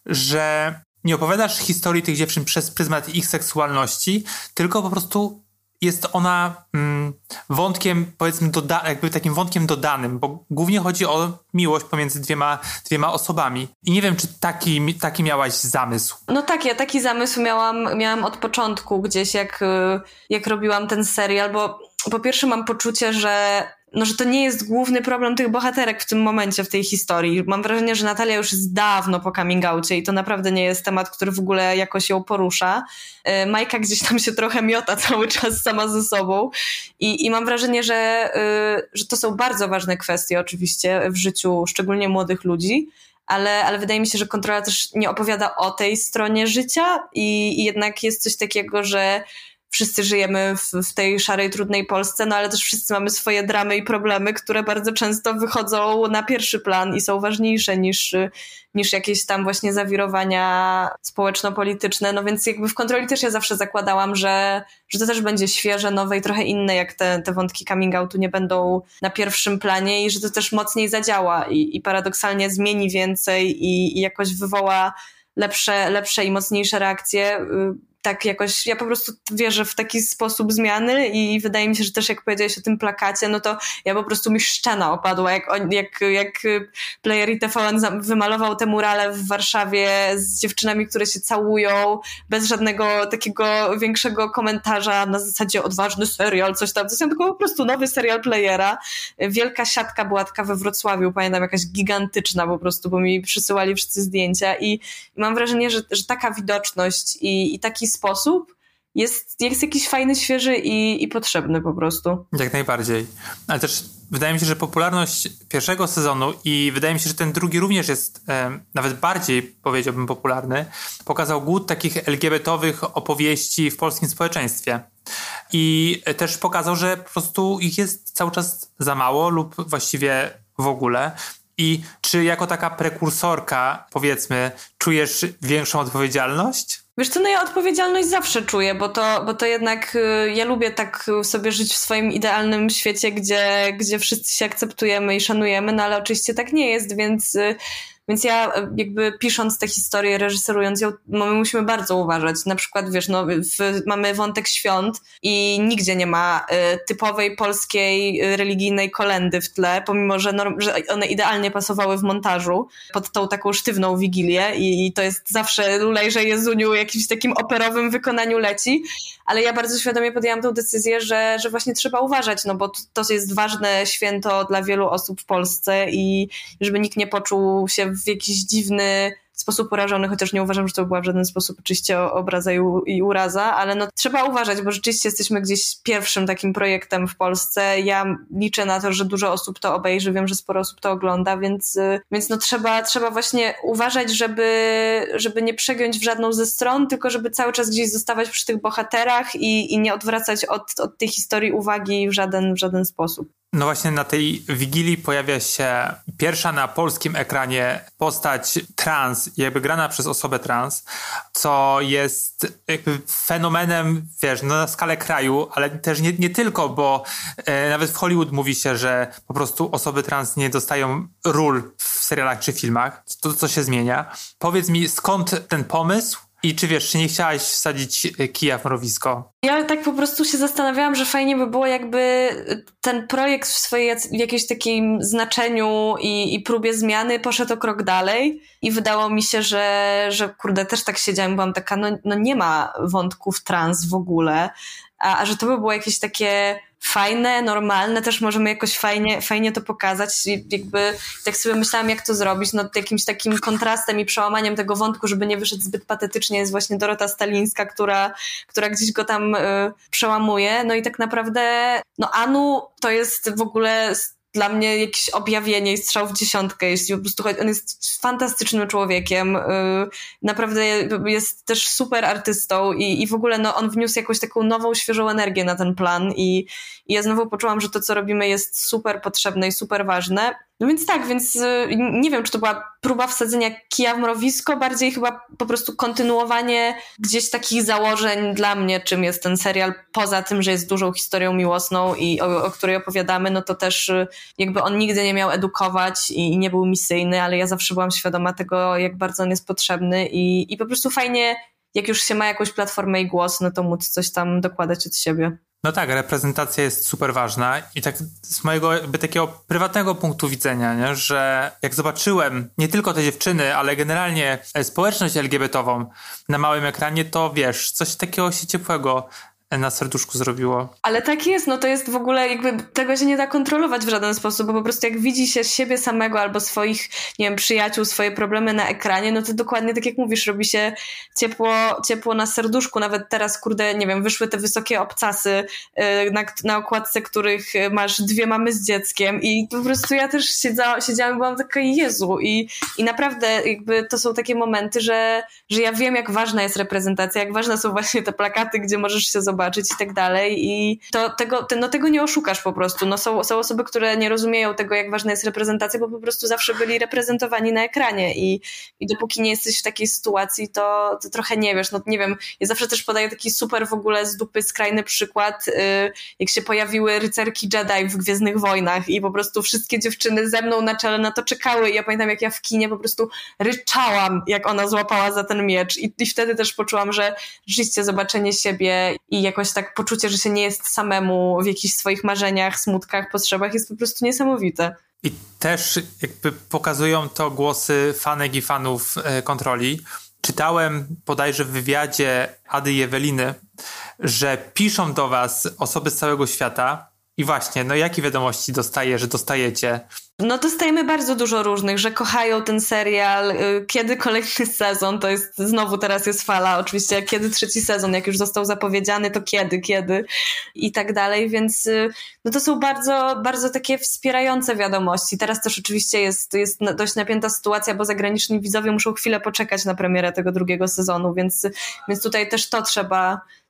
że nie opowiadasz historii tych dziewczyn przez pryzmat ich seksualności, tylko po prostu jest ona mm, wątkiem, powiedzmy, doda- jakby takim wątkiem dodanym, bo głównie chodzi o miłość pomiędzy dwiema, dwiema osobami. I nie wiem, czy taki, taki miałaś zamysł. No tak, ja taki zamysł miałam, miałam od początku gdzieś, jak, jak robiłam ten serial, bo po pierwsze mam poczucie, że no, że to nie jest główny problem tych bohaterek w tym momencie, w tej historii. Mam wrażenie, że Natalia już jest dawno po coming outie i to naprawdę nie jest temat, który w ogóle jakoś ją porusza. Majka gdzieś tam się trochę miota cały czas sama ze sobą i, i mam wrażenie, że, że to są bardzo ważne kwestie oczywiście w życiu szczególnie młodych ludzi, ale, ale wydaje mi się, że Kontrola też nie opowiada o tej stronie życia i, i jednak jest coś takiego, że wszyscy żyjemy w, w tej szarej, trudnej Polsce, no ale też wszyscy mamy swoje dramy i problemy, które bardzo często wychodzą na pierwszy plan i są ważniejsze niż, niż jakieś tam właśnie zawirowania społeczno-polityczne. No więc jakby w Kontroli też ja zawsze zakładałam, że, że to też będzie świeże, nowe i trochę inne, jak te, te wątki coming outu nie będą na pierwszym planie i że to też mocniej zadziała i, i paradoksalnie zmieni więcej i, i jakoś wywoła lepsze, lepsze i mocniejsze reakcje. Tak jakoś, ja po prostu wierzę w taki sposób zmiany i wydaje mi się, że też jak powiedziałeś o tym plakacie, no to ja po prostu mi szczena opadła, jak, on, jak, jak Player i T V N wymalował te murale w Warszawie z dziewczynami, które się całują, bez żadnego takiego większego komentarza na zasadzie odważny serial, coś tam, coś tam, tylko po prostu nowy serial Playera. Wielka siatka była taka we Wrocławiu, pamiętam, jakaś gigantyczna po prostu, bo mi przysyłali wszyscy zdjęcia i, i mam wrażenie, że, że taka widoczność i, i taki sposób jest, jest jakiś fajny, świeży i, i potrzebny po prostu. Jak najbardziej. Ale też wydaje mi się, że popularność pierwszego sezonu i wydaje mi się, że ten drugi również jest e, nawet bardziej, powiedziałbym, popularny. Pokazał głód takich el gie be towych opowieści w polskim społeczeństwie. I też pokazał, że po prostu ich jest cały czas za mało lub właściwie w ogóle. I czy jako taka prekursorka, powiedzmy, czujesz większą odpowiedzialność? Wiesz co, no ja odpowiedzialność zawsze czuję, bo to, bo to jednak y, ja lubię tak sobie żyć w swoim idealnym świecie, gdzie, gdzie wszyscy się akceptujemy i szanujemy, no ale oczywiście tak nie jest, więc... Y, Więc ja jakby pisząc tę historię, reżyserując ją, my musimy bardzo uważać. Na przykład, wiesz, no, w, mamy wątek świąt i nigdzie nie ma y, typowej polskiej y, religijnej kolędy w tle, pomimo, że, norm, że one idealnie pasowały w montażu pod tą taką sztywną wigilię i, i to jest zawsze Lulejże Jezuniu jakimś takim operowym wykonaniu leci, ale ja bardzo świadomie podjęłam tę decyzję, że, że właśnie trzeba uważać, no bo to jest ważne święto dla wielu osób w Polsce i żeby nikt nie poczuł się w jakiś dziwny sposób urażony, chociaż nie uważam, że to była w żaden sposób oczywiście obraza i, u, i uraza, ale no trzeba uważać, bo rzeczywiście jesteśmy gdzieś pierwszym takim projektem w Polsce. Ja liczę na to, że dużo osób to obejrzy, wiem, że sporo osób to ogląda, więc, więc no trzeba, trzeba właśnie uważać, żeby, żeby nie przegiąć w żadną ze stron, tylko żeby cały czas gdzieś zostawać przy tych bohaterach i, i nie odwracać od, od tej historii uwagi w żaden, w żaden sposób. No właśnie na tej Wigilii pojawia się pierwsza na polskim ekranie postać trans, jakby grana przez osobę trans, co jest jakby fenomenem, wiesz, no na skalę kraju, ale też nie, nie tylko, bo e, nawet w Hollywood mówi się, że po prostu osoby trans nie dostają ról w serialach czy filmach. To, co się zmienia. Powiedz mi, skąd ten pomysł? I czy wiesz, czy nie chciałaś wsadzić kija w mrowisko? Ja tak po prostu się zastanawiałam, że fajnie by było jakby ten projekt w swojej w jakimś takim znaczeniu i, i próbie zmiany poszedł o krok dalej i wydało mi się, że, że kurde, też tak siedziałam, byłam taka, no, no nie ma wątków trans w ogóle, a, a że to by było jakieś takie fajne, normalne, też możemy jakoś fajnie, fajnie to pokazać i jakby tak sobie myślałam, jak to zrobić, no jakimś takim kontrastem i przełamaniem tego wątku, żeby nie wyszedł zbyt patetycznie, jest właśnie Dorota Stalińska, która, która gdzieś go tam y, przełamuje, no i tak naprawdę no Anu to jest w ogóle dla mnie jakieś objawienie i strzał w dziesiątkę, jeśli po prostu chodzi, on jest fantastycznym człowiekiem, yy, naprawdę jest też super artystą i, i w ogóle no, on wniósł jakąś taką nową, świeżą energię na ten plan i, i ja znowu poczułam, że to, co robimy jest super potrzebne i super ważne. No więc tak, więc yy, nie wiem, czy to była próba wsadzenia kija w mrowisko, bardziej chyba po prostu kontynuowanie gdzieś takich założeń dla mnie, czym jest ten serial, poza tym, że jest dużą historią miłosną i o, o której opowiadamy, no to też yy, jakby on nigdy nie miał edukować i, i nie był misyjny, ale ja zawsze byłam świadoma tego, jak bardzo on jest potrzebny i, i po prostu fajnie, jak już się ma jakąś platformę i głos, no to móc coś tam dokładać od siebie. No tak, reprezentacja jest super ważna i tak z mojego jakby takiego prywatnego punktu widzenia, nie, że jak zobaczyłem nie tylko te dziewczyny, ale generalnie społeczność el gie be te ową na małym ekranie, to wiesz, coś takiego się ciepłego na serduszku zrobiło. Ale tak jest, no to jest w ogóle jakby tego się nie da kontrolować w żaden sposób, bo po prostu jak widzi się siebie samego albo swoich, nie wiem, przyjaciół, swoje problemy na ekranie, no to dokładnie tak jak mówisz, robi się ciepło, ciepło na serduszku. Nawet teraz, kurde, nie wiem, wyszły te wysokie obcasy yy, na, na okładce, których masz dwie mamy z dzieckiem i po prostu ja też siedza, siedziałam i byłam taka Jezu i, i naprawdę jakby to są takie momenty, że, że ja wiem, jak ważna jest reprezentacja, jak ważne są właśnie te plakaty, gdzie możesz się zobaczyć i tak dalej i to, tego, no, tego nie oszukasz po prostu. No, są, są osoby, które nie rozumieją tego, jak ważna jest reprezentacja, bo po prostu zawsze byli reprezentowani na ekranie i, i dopóki nie jesteś w takiej sytuacji, to, to trochę nie wiesz. No nie wiem, ja zawsze też podaję taki super w ogóle z dupy skrajny przykład, yy, jak się pojawiły rycerki Jedi w Gwiezdnych Wojnach i po prostu wszystkie dziewczyny ze mną na czele na to czekały i ja pamiętam, jak ja w kinie po prostu ryczałam, jak ona złapała za ten miecz i, i wtedy też poczułam, że rzeczywiście zobaczenie siebie i jakoś tak poczucie, że się nie jest samemu w jakichś swoich marzeniach, smutkach, potrzebach jest po prostu niesamowite. I też jakby pokazują to głosy fanek i fanów e, Kontroli. Czytałem bodajże w wywiadzie Ady i Eweliny, że piszą do was osoby z całego świata i właśnie, no jakie wiadomości dostaje, że dostajecie? No dostajemy bardzo dużo różnych, że kochają ten serial, kiedy kolejny sezon, to jest znowu teraz jest fala, oczywiście kiedy trzeci sezon, jak już został zapowiedziany, to kiedy, kiedy i tak dalej, więc no to są bardzo, bardzo takie wspierające wiadomości. Teraz też oczywiście jest, jest dość napięta sytuacja, bo zagraniczni widzowie muszą chwilę poczekać na premierę tego drugiego sezonu, więc, więc tutaj też to trzeba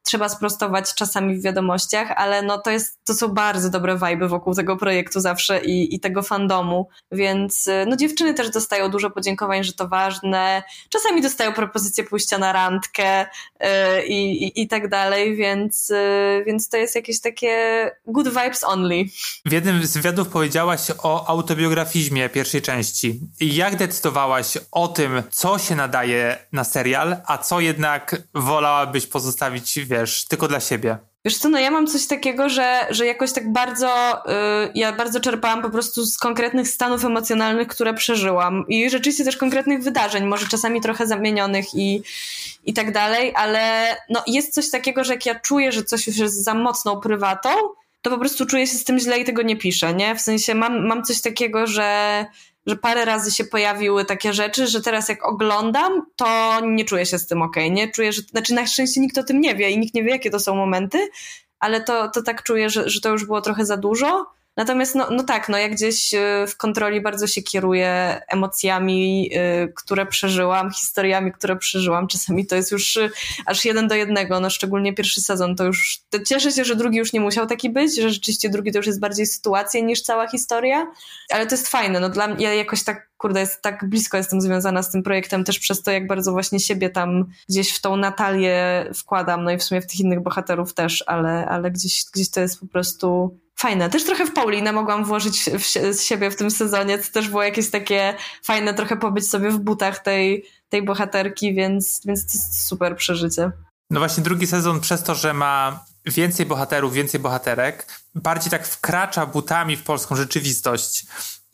trzeba sprostować czasami w wiadomościach, ale no to jest, to są bardzo dobre vibe'y wokół tego projektu zawsze i, i tego fandomu, więc no dziewczyny też dostają dużo podziękowań, że to ważne, czasami dostają propozycję pójścia na randkę yy, i, i tak dalej, więc, yy, więc to jest jakieś takie good vibes only. W jednym z wywiadów powiedziałaś o autobiografizmie pierwszej części. Jak decydowałaś o tym, co się nadaje na serial, a co jednak wolałabyś pozostawić, wiesz, tylko dla siebie? Wiesz co, no ja mam coś takiego, że, że jakoś tak bardzo, yy, ja bardzo czerpałam po prostu z konkretnych stanów emocjonalnych, które przeżyłam i rzeczywiście też konkretnych wydarzeń, może czasami trochę zamienionych i, i tak dalej, ale no jest coś takiego, że jak ja czuję, że coś już jest za mocną prywatą, to po prostu czuję się z tym źle i tego nie piszę, nie? W sensie mam, mam coś takiego, że że parę razy się pojawiły takie rzeczy, że teraz jak oglądam, to nie czuję się z tym okej, nie? Czuję, że, znaczy na szczęście nikt o tym nie wie i nikt nie wie, jakie to są momenty, ale to, to tak czuję, że, że to już było trochę za dużo. Natomiast no, no tak, no ja gdzieś w kontroli bardzo się kieruję emocjami, yy, które przeżyłam, historiami, które przeżyłam. Czasami to jest już yy, aż jeden do jednego, no szczególnie pierwszy sezon to już, to cieszę się, że drugi już nie musiał taki być, że rzeczywiście drugi to już jest bardziej sytuacja niż cała historia, ale to jest fajne, no dla mnie, ja jakoś tak, kurde, jest tak blisko jestem związana z tym projektem też przez to, jak bardzo właśnie siebie tam gdzieś w tą Natalię wkładam, no i w sumie w tych innych bohaterów też, ale, ale gdzieś, gdzieś to jest po prostu fajne. Też trochę w Paulinę mogłam włożyć w siebie w tym sezonie, to też było jakieś takie fajne trochę pobyć sobie w butach tej, tej bohaterki, więc, więc to jest super przeżycie. No właśnie drugi sezon przez to, że ma więcej bohaterów, więcej bohaterek, bardziej tak wkracza butami w polską rzeczywistość.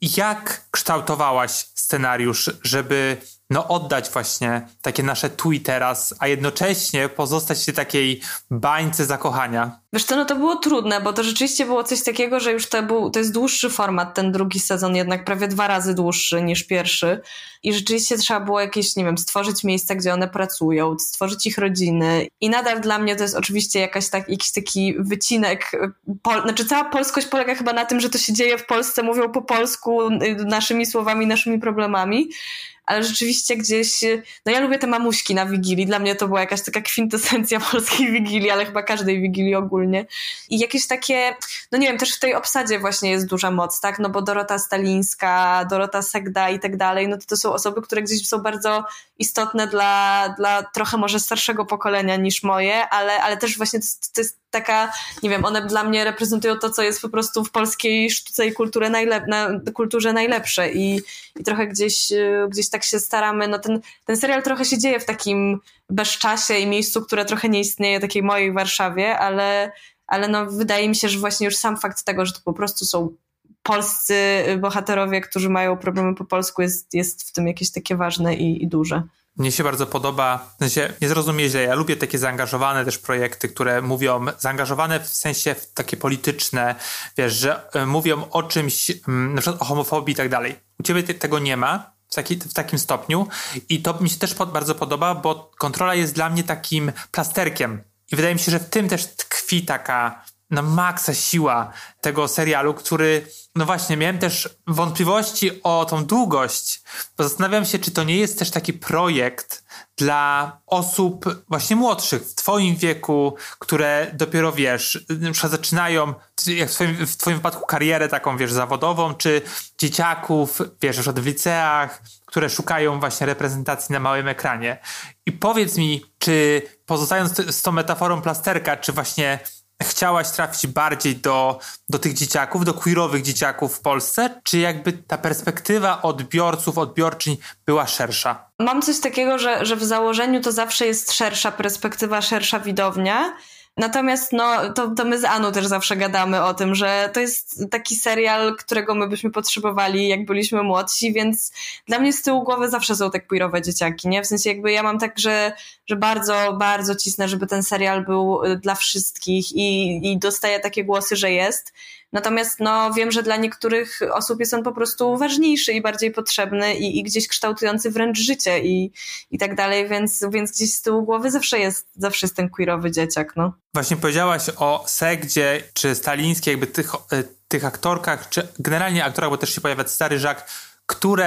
Jak kształtowałaś scenariusz, żeby no oddać właśnie takie nasze tu i teraz, a jednocześnie pozostać w takiej bańce zakochania? Wiesz co, no to było trudne, bo to rzeczywiście było coś takiego, że już to, był, to jest dłuższy format, ten drugi sezon, jednak prawie dwa razy dłuższy niż pierwszy. I rzeczywiście trzeba było jakieś, nie wiem, stworzyć miejsca, gdzie one pracują, stworzyć ich rodziny. I nadal dla mnie to jest oczywiście jakaś tak, jakiś taki wycinek. Pol- znaczy cała polskość polega chyba na tym, że to się dzieje w Polsce, mówią po polsku, naszymi słowami, naszymi problemami. Ale rzeczywiście gdzieś, no ja lubię te mamuśki na Wigilii, dla mnie to była jakaś taka kwintesencja polskiej Wigilii, ale chyba każdej Wigilii ogólnie. I jakieś takie, no nie wiem, też w tej obsadzie właśnie jest duża moc, tak, no bo Dorota Stalińska, Dorota Segda i tak dalej, no to to są osoby, które gdzieś są bardzo istotne dla, dla trochę może starszego pokolenia niż moje, ale, ale też właśnie to, to jest taka, nie wiem, one dla mnie reprezentują to, co jest po prostu w polskiej sztuce i kulturze, najlep- na, kulturze najlepsze i, i trochę gdzieś, gdzieś tak się staramy, no ten, ten serial trochę się dzieje w takim bezczasie i miejscu, które trochę nie istnieje, takiej mojej Warszawie, ale, ale no wydaje mi się, że właśnie już sam fakt tego, że to po prostu są polscy bohaterowie, którzy mają problemy po polsku, jest, jest w tym jakieś takie ważne i, i duże. Mnie się bardzo podoba, w sensie, nie zrozumie źle, ja lubię takie zaangażowane też projekty, które mówią, zaangażowane w sensie w takie polityczne, wiesz, że y, mówią o czymś, y, na przykład o homofobii i tak dalej. U ciebie te, tego nie ma w, taki, w takim stopniu i to mi się też pod, bardzo podoba, bo Kontrola jest dla mnie takim plasterkiem i wydaje mi się, że w tym też tkwi taka na maksa siła tego serialu, który, no właśnie, miałem też wątpliwości o tą długość, bo zastanawiam się, czy to nie jest też taki projekt dla osób właśnie młodszych, w twoim wieku, które dopiero, wiesz, na przykład zaczynają, jak w twoim, w twoim wypadku, karierę taką, wiesz, zawodową, czy dzieciaków, wiesz, na przykład w liceach, które szukają właśnie reprezentacji na małym ekranie. I powiedz mi, czy pozostając z tą metaforą plasterka, czy właśnie chciałaś trafić bardziej do, do tych dzieciaków, do queerowych dzieciaków w Polsce, czy jakby ta perspektywa odbiorców, odbiorczyń była szersza? Mam coś takiego, że, że w założeniu to zawsze jest szersza perspektywa, szersza widownia. Natomiast no, to, to my z Anu też zawsze gadamy o tym, że to jest taki serial, którego my byśmy potrzebowali, jak byliśmy młodsi, więc dla mnie z tyłu głowy zawsze są te queerowe dzieciaki, nie? W sensie jakby ja mam tak, że, że bardzo, bardzo cisnę, żeby ten serial był dla wszystkich i, i dostaję takie głosy, że jest. Natomiast no, wiem, że dla niektórych osób jest on po prostu ważniejszy i bardziej potrzebny i, i gdzieś kształtujący wręcz życie i, i tak dalej, więc, więc gdzieś z tyłu głowy zawsze jest, zawsze jest ten queerowy dzieciak, no. Właśnie powiedziałaś o Segdzie czy Stalińskiej, jakby tych, tych aktorkach, czy generalnie aktorach, bo też się pojawia Stary Żak, które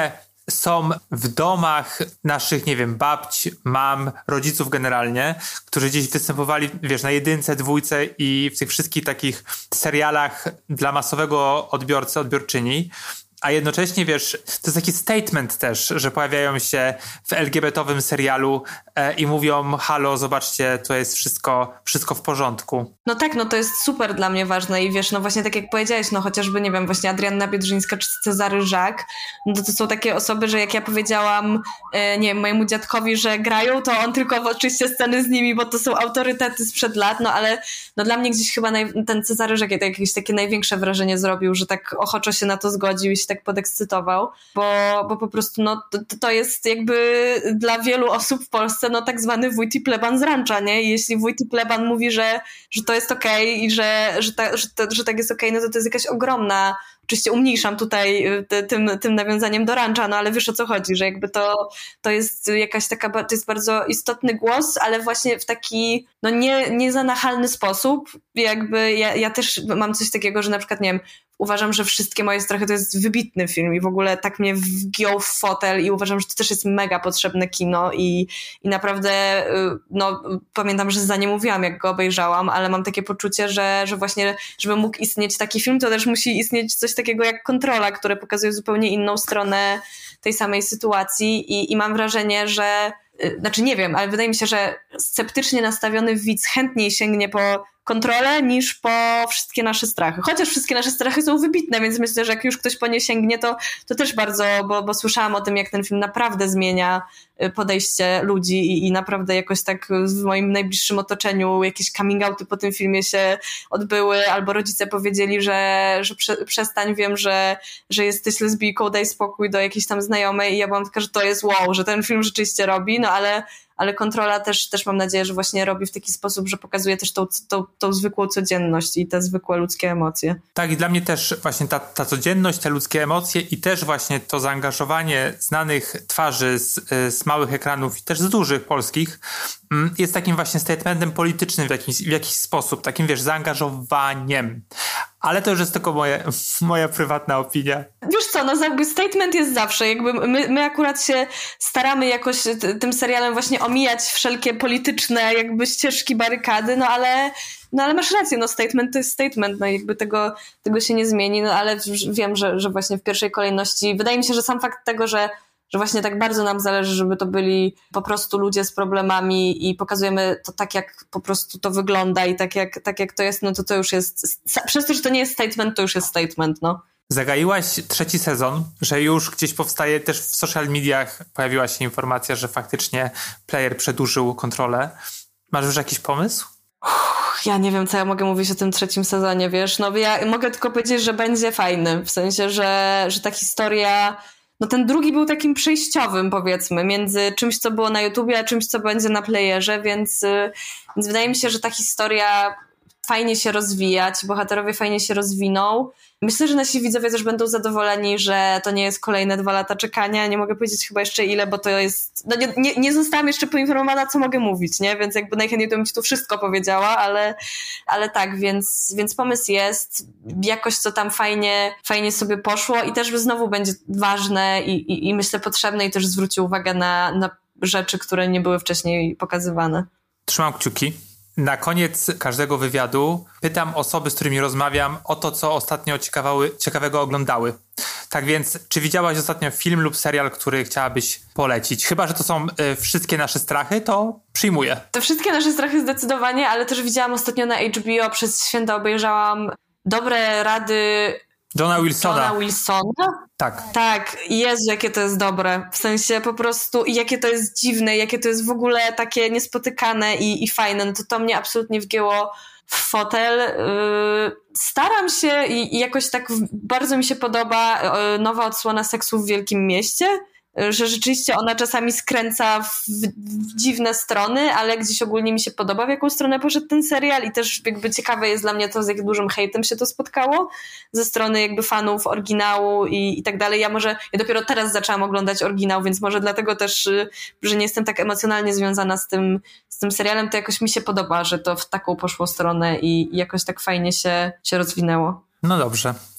są w domach naszych, nie wiem, babć, mam, rodziców generalnie, którzy gdzieś występowali, wiesz, na jedynce, dwójce i w tych wszystkich takich serialach dla masowego odbiorcy, odbiorczyni. A jednocześnie, wiesz, to jest taki statement też, że pojawiają się w el gie be te owym serialu e, i mówią, halo, zobaczcie, to jest wszystko, wszystko w porządku. No tak, no to jest super dla mnie ważne i wiesz, no właśnie tak jak powiedziałeś, no chociażby, nie wiem, właśnie Adrianna Biedrzyńska czy Cezary Żak, no to, to są takie osoby, że jak ja powiedziałam, e, nie wiem, mojemu dziadkowi, że grają, to on tylko oczywiście sceny z nimi, bo to są autorytety sprzed lat, no ale no dla mnie gdzieś chyba naj, ten Cezary Żak jakieś takie największe wrażenie zrobił, że tak ochoczo się na to zgodził i się tak podekscytował, bo, bo po prostu no, to, to jest jakby dla wielu osób w Polsce no tak zwany wójt i pleban z rancza, nie? I jeśli wójt i pleban mówi, że, że to jest okej okay i że, że, ta, że, to, że tak jest okej, okay, no to to jest jakaś ogromna, oczywiście umniejszam tutaj te, tym, tym nawiązaniem do rancza, no ale wiesz o co chodzi, że jakby to, to jest jakaś taka, to jest bardzo istotny głos, ale właśnie w taki no nie, nie za nachalny sposób, jakby ja, ja też mam coś takiego, że na przykład nie wiem, uważam, że Wszystkie moje strachy to jest wybitny film i w ogóle tak mnie wgiął w fotel i uważam, że to też jest mega potrzebne kino i, i naprawdę no pamiętam, że za nie mówiłam, jak go obejrzałam, ale mam takie poczucie, że, że właśnie, żeby mógł istnieć taki film, to też musi istnieć coś takiego jak Kontrola, które pokazuje zupełnie inną stronę tej samej sytuacji i, i mam wrażenie, że znaczy nie wiem, ale wydaje mi się, że sceptycznie nastawiony widz chętniej sięgnie po Kontrolę niż po Wszystkie nasze strachy. Chociaż Wszystkie nasze strachy są wybitne, więc myślę, że jak już ktoś po nie sięgnie, to, to też bardzo, bo, bo słyszałam o tym, jak ten film naprawdę zmienia podejście ludzi i, i naprawdę jakoś tak w moim najbliższym otoczeniu jakieś coming outy po tym filmie się odbyły, albo rodzice powiedzieli, że, że prze, przestań, wiem, że, że jesteś lesbijką, daj spokój do jakiejś tam znajomej i ja byłam taka, że to jest wow, że ten film rzeczywiście robi, no ale ale Kontrola też, też mam nadzieję, że właśnie robi w taki sposób, że pokazuje też tą, tą, tą zwykłą codzienność i te zwykłe ludzkie emocje. Tak, i dla mnie też właśnie ta, ta codzienność, te ludzkie emocje i też właśnie to zaangażowanie znanych twarzy z, z małych ekranów i też z dużych polskich jest takim właśnie statementem politycznym w jakiś, w jakiś sposób, takim wiesz, zaangażowaniem. Ale to już jest tylko moje, moja prywatna opinia. Wiesz co, no jakby statement jest zawsze. Jakby my, my akurat się staramy jakoś t- tym serialem właśnie omijać wszelkie polityczne jakby ścieżki, barykady, no ale, no ale masz rację, no statement to jest statement, no jakby tego, tego się nie zmieni, no ale wiem, że, że właśnie w pierwszej kolejności, wydaje mi się, że sam fakt tego, że że właśnie tak bardzo nam zależy, żeby to byli po prostu ludzie z problemami i pokazujemy to tak, jak po prostu to wygląda i tak jak, tak jak to jest, no to to już jest, przez to, że to nie jest statement, to już jest statement, no. Zagaiłaś trzeci sezon, że już gdzieś powstaje, też w social mediach pojawiła się informacja, że faktycznie Player przedłużył Kontrolę. Masz już jakiś pomysł? Ja nie wiem, co ja mogę mówić o tym trzecim sezonie, wiesz, no ja mogę tylko powiedzieć, że będzie fajny, w sensie, że, że ta historia... No ten drugi był takim przejściowym, powiedzmy, między czymś, co było na YouTubie, a czymś, co będzie na Playerze, więc, więc wydaje mi się, że ta historia fajnie się rozwija, ci bohaterowie fajnie się rozwiną. Myślę, że nasi widzowie też będą zadowoleni, że to nie jest kolejne dwa lata czekania. Nie mogę powiedzieć chyba jeszcze ile, bo to jest... No nie, nie, nie zostałam jeszcze poinformowana, co mogę mówić, nie? Więc jakby najchętniej to bym ci tu wszystko powiedziała, ale, ale tak, więc, więc pomysł jest. Jakoś co tam fajnie, fajnie sobie poszło i też znowu będzie ważne i, i, i myślę potrzebne i też zwróci uwagę na, na rzeczy, które nie były wcześniej pokazywane. Trzymam kciuki. Na koniec każdego wywiadu pytam osoby, z którymi rozmawiam, o to, co ostatnio ciekawały, ciekawego oglądały. Tak więc, czy widziałaś ostatnio film lub serial, który chciałabyś polecić? Chyba że to są y, Wszystkie nasze strachy, to przyjmuję. To Wszystkie nasze strachy zdecydowanie, ale też widziałam ostatnio na H B O, przez święta obejrzałam Dobre rady... Johna Wilsona. Johna Wilsona? Tak. Tak. Jezu, jakie to jest dobre. W sensie po prostu i jakie to jest dziwne, jakie to jest w ogóle takie niespotykane i, i fajne. No to to mnie absolutnie wgięło w fotel. Yy, staram się i, i jakoś tak w, bardzo mi się podoba yy, nowa odsłona Seksu w Wielkim Mieście. Że rzeczywiście ona czasami skręca w, w dziwne strony, ale gdzieś ogólnie mi się podoba, w jaką stronę poszedł ten serial i też jakby ciekawe jest dla mnie to, z jak dużym hejtem się to spotkało ze strony jakby fanów oryginału i, i tak dalej. Ja może, ja dopiero teraz zaczęłam oglądać oryginał, więc może dlatego też, że nie jestem tak emocjonalnie związana z tym, z tym serialem, to jakoś mi się podoba, że to w taką poszło stronę i, i jakoś tak fajnie się, się rozwinęło. No dobrze.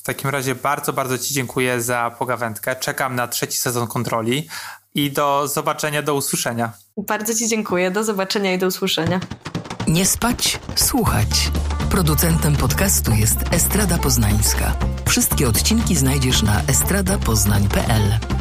W takim razie bardzo, bardzo Ci dziękuję za pogawędkę. Czekam na trzeci sezon Kontroli i do zobaczenia, do usłyszenia. Bardzo Ci dziękuję. Do zobaczenia i do usłyszenia. Nie spać, słuchać. Producentem podcastu jest Estrada Poznańska. Wszystkie odcinki znajdziesz na estrada poznań kropka p l.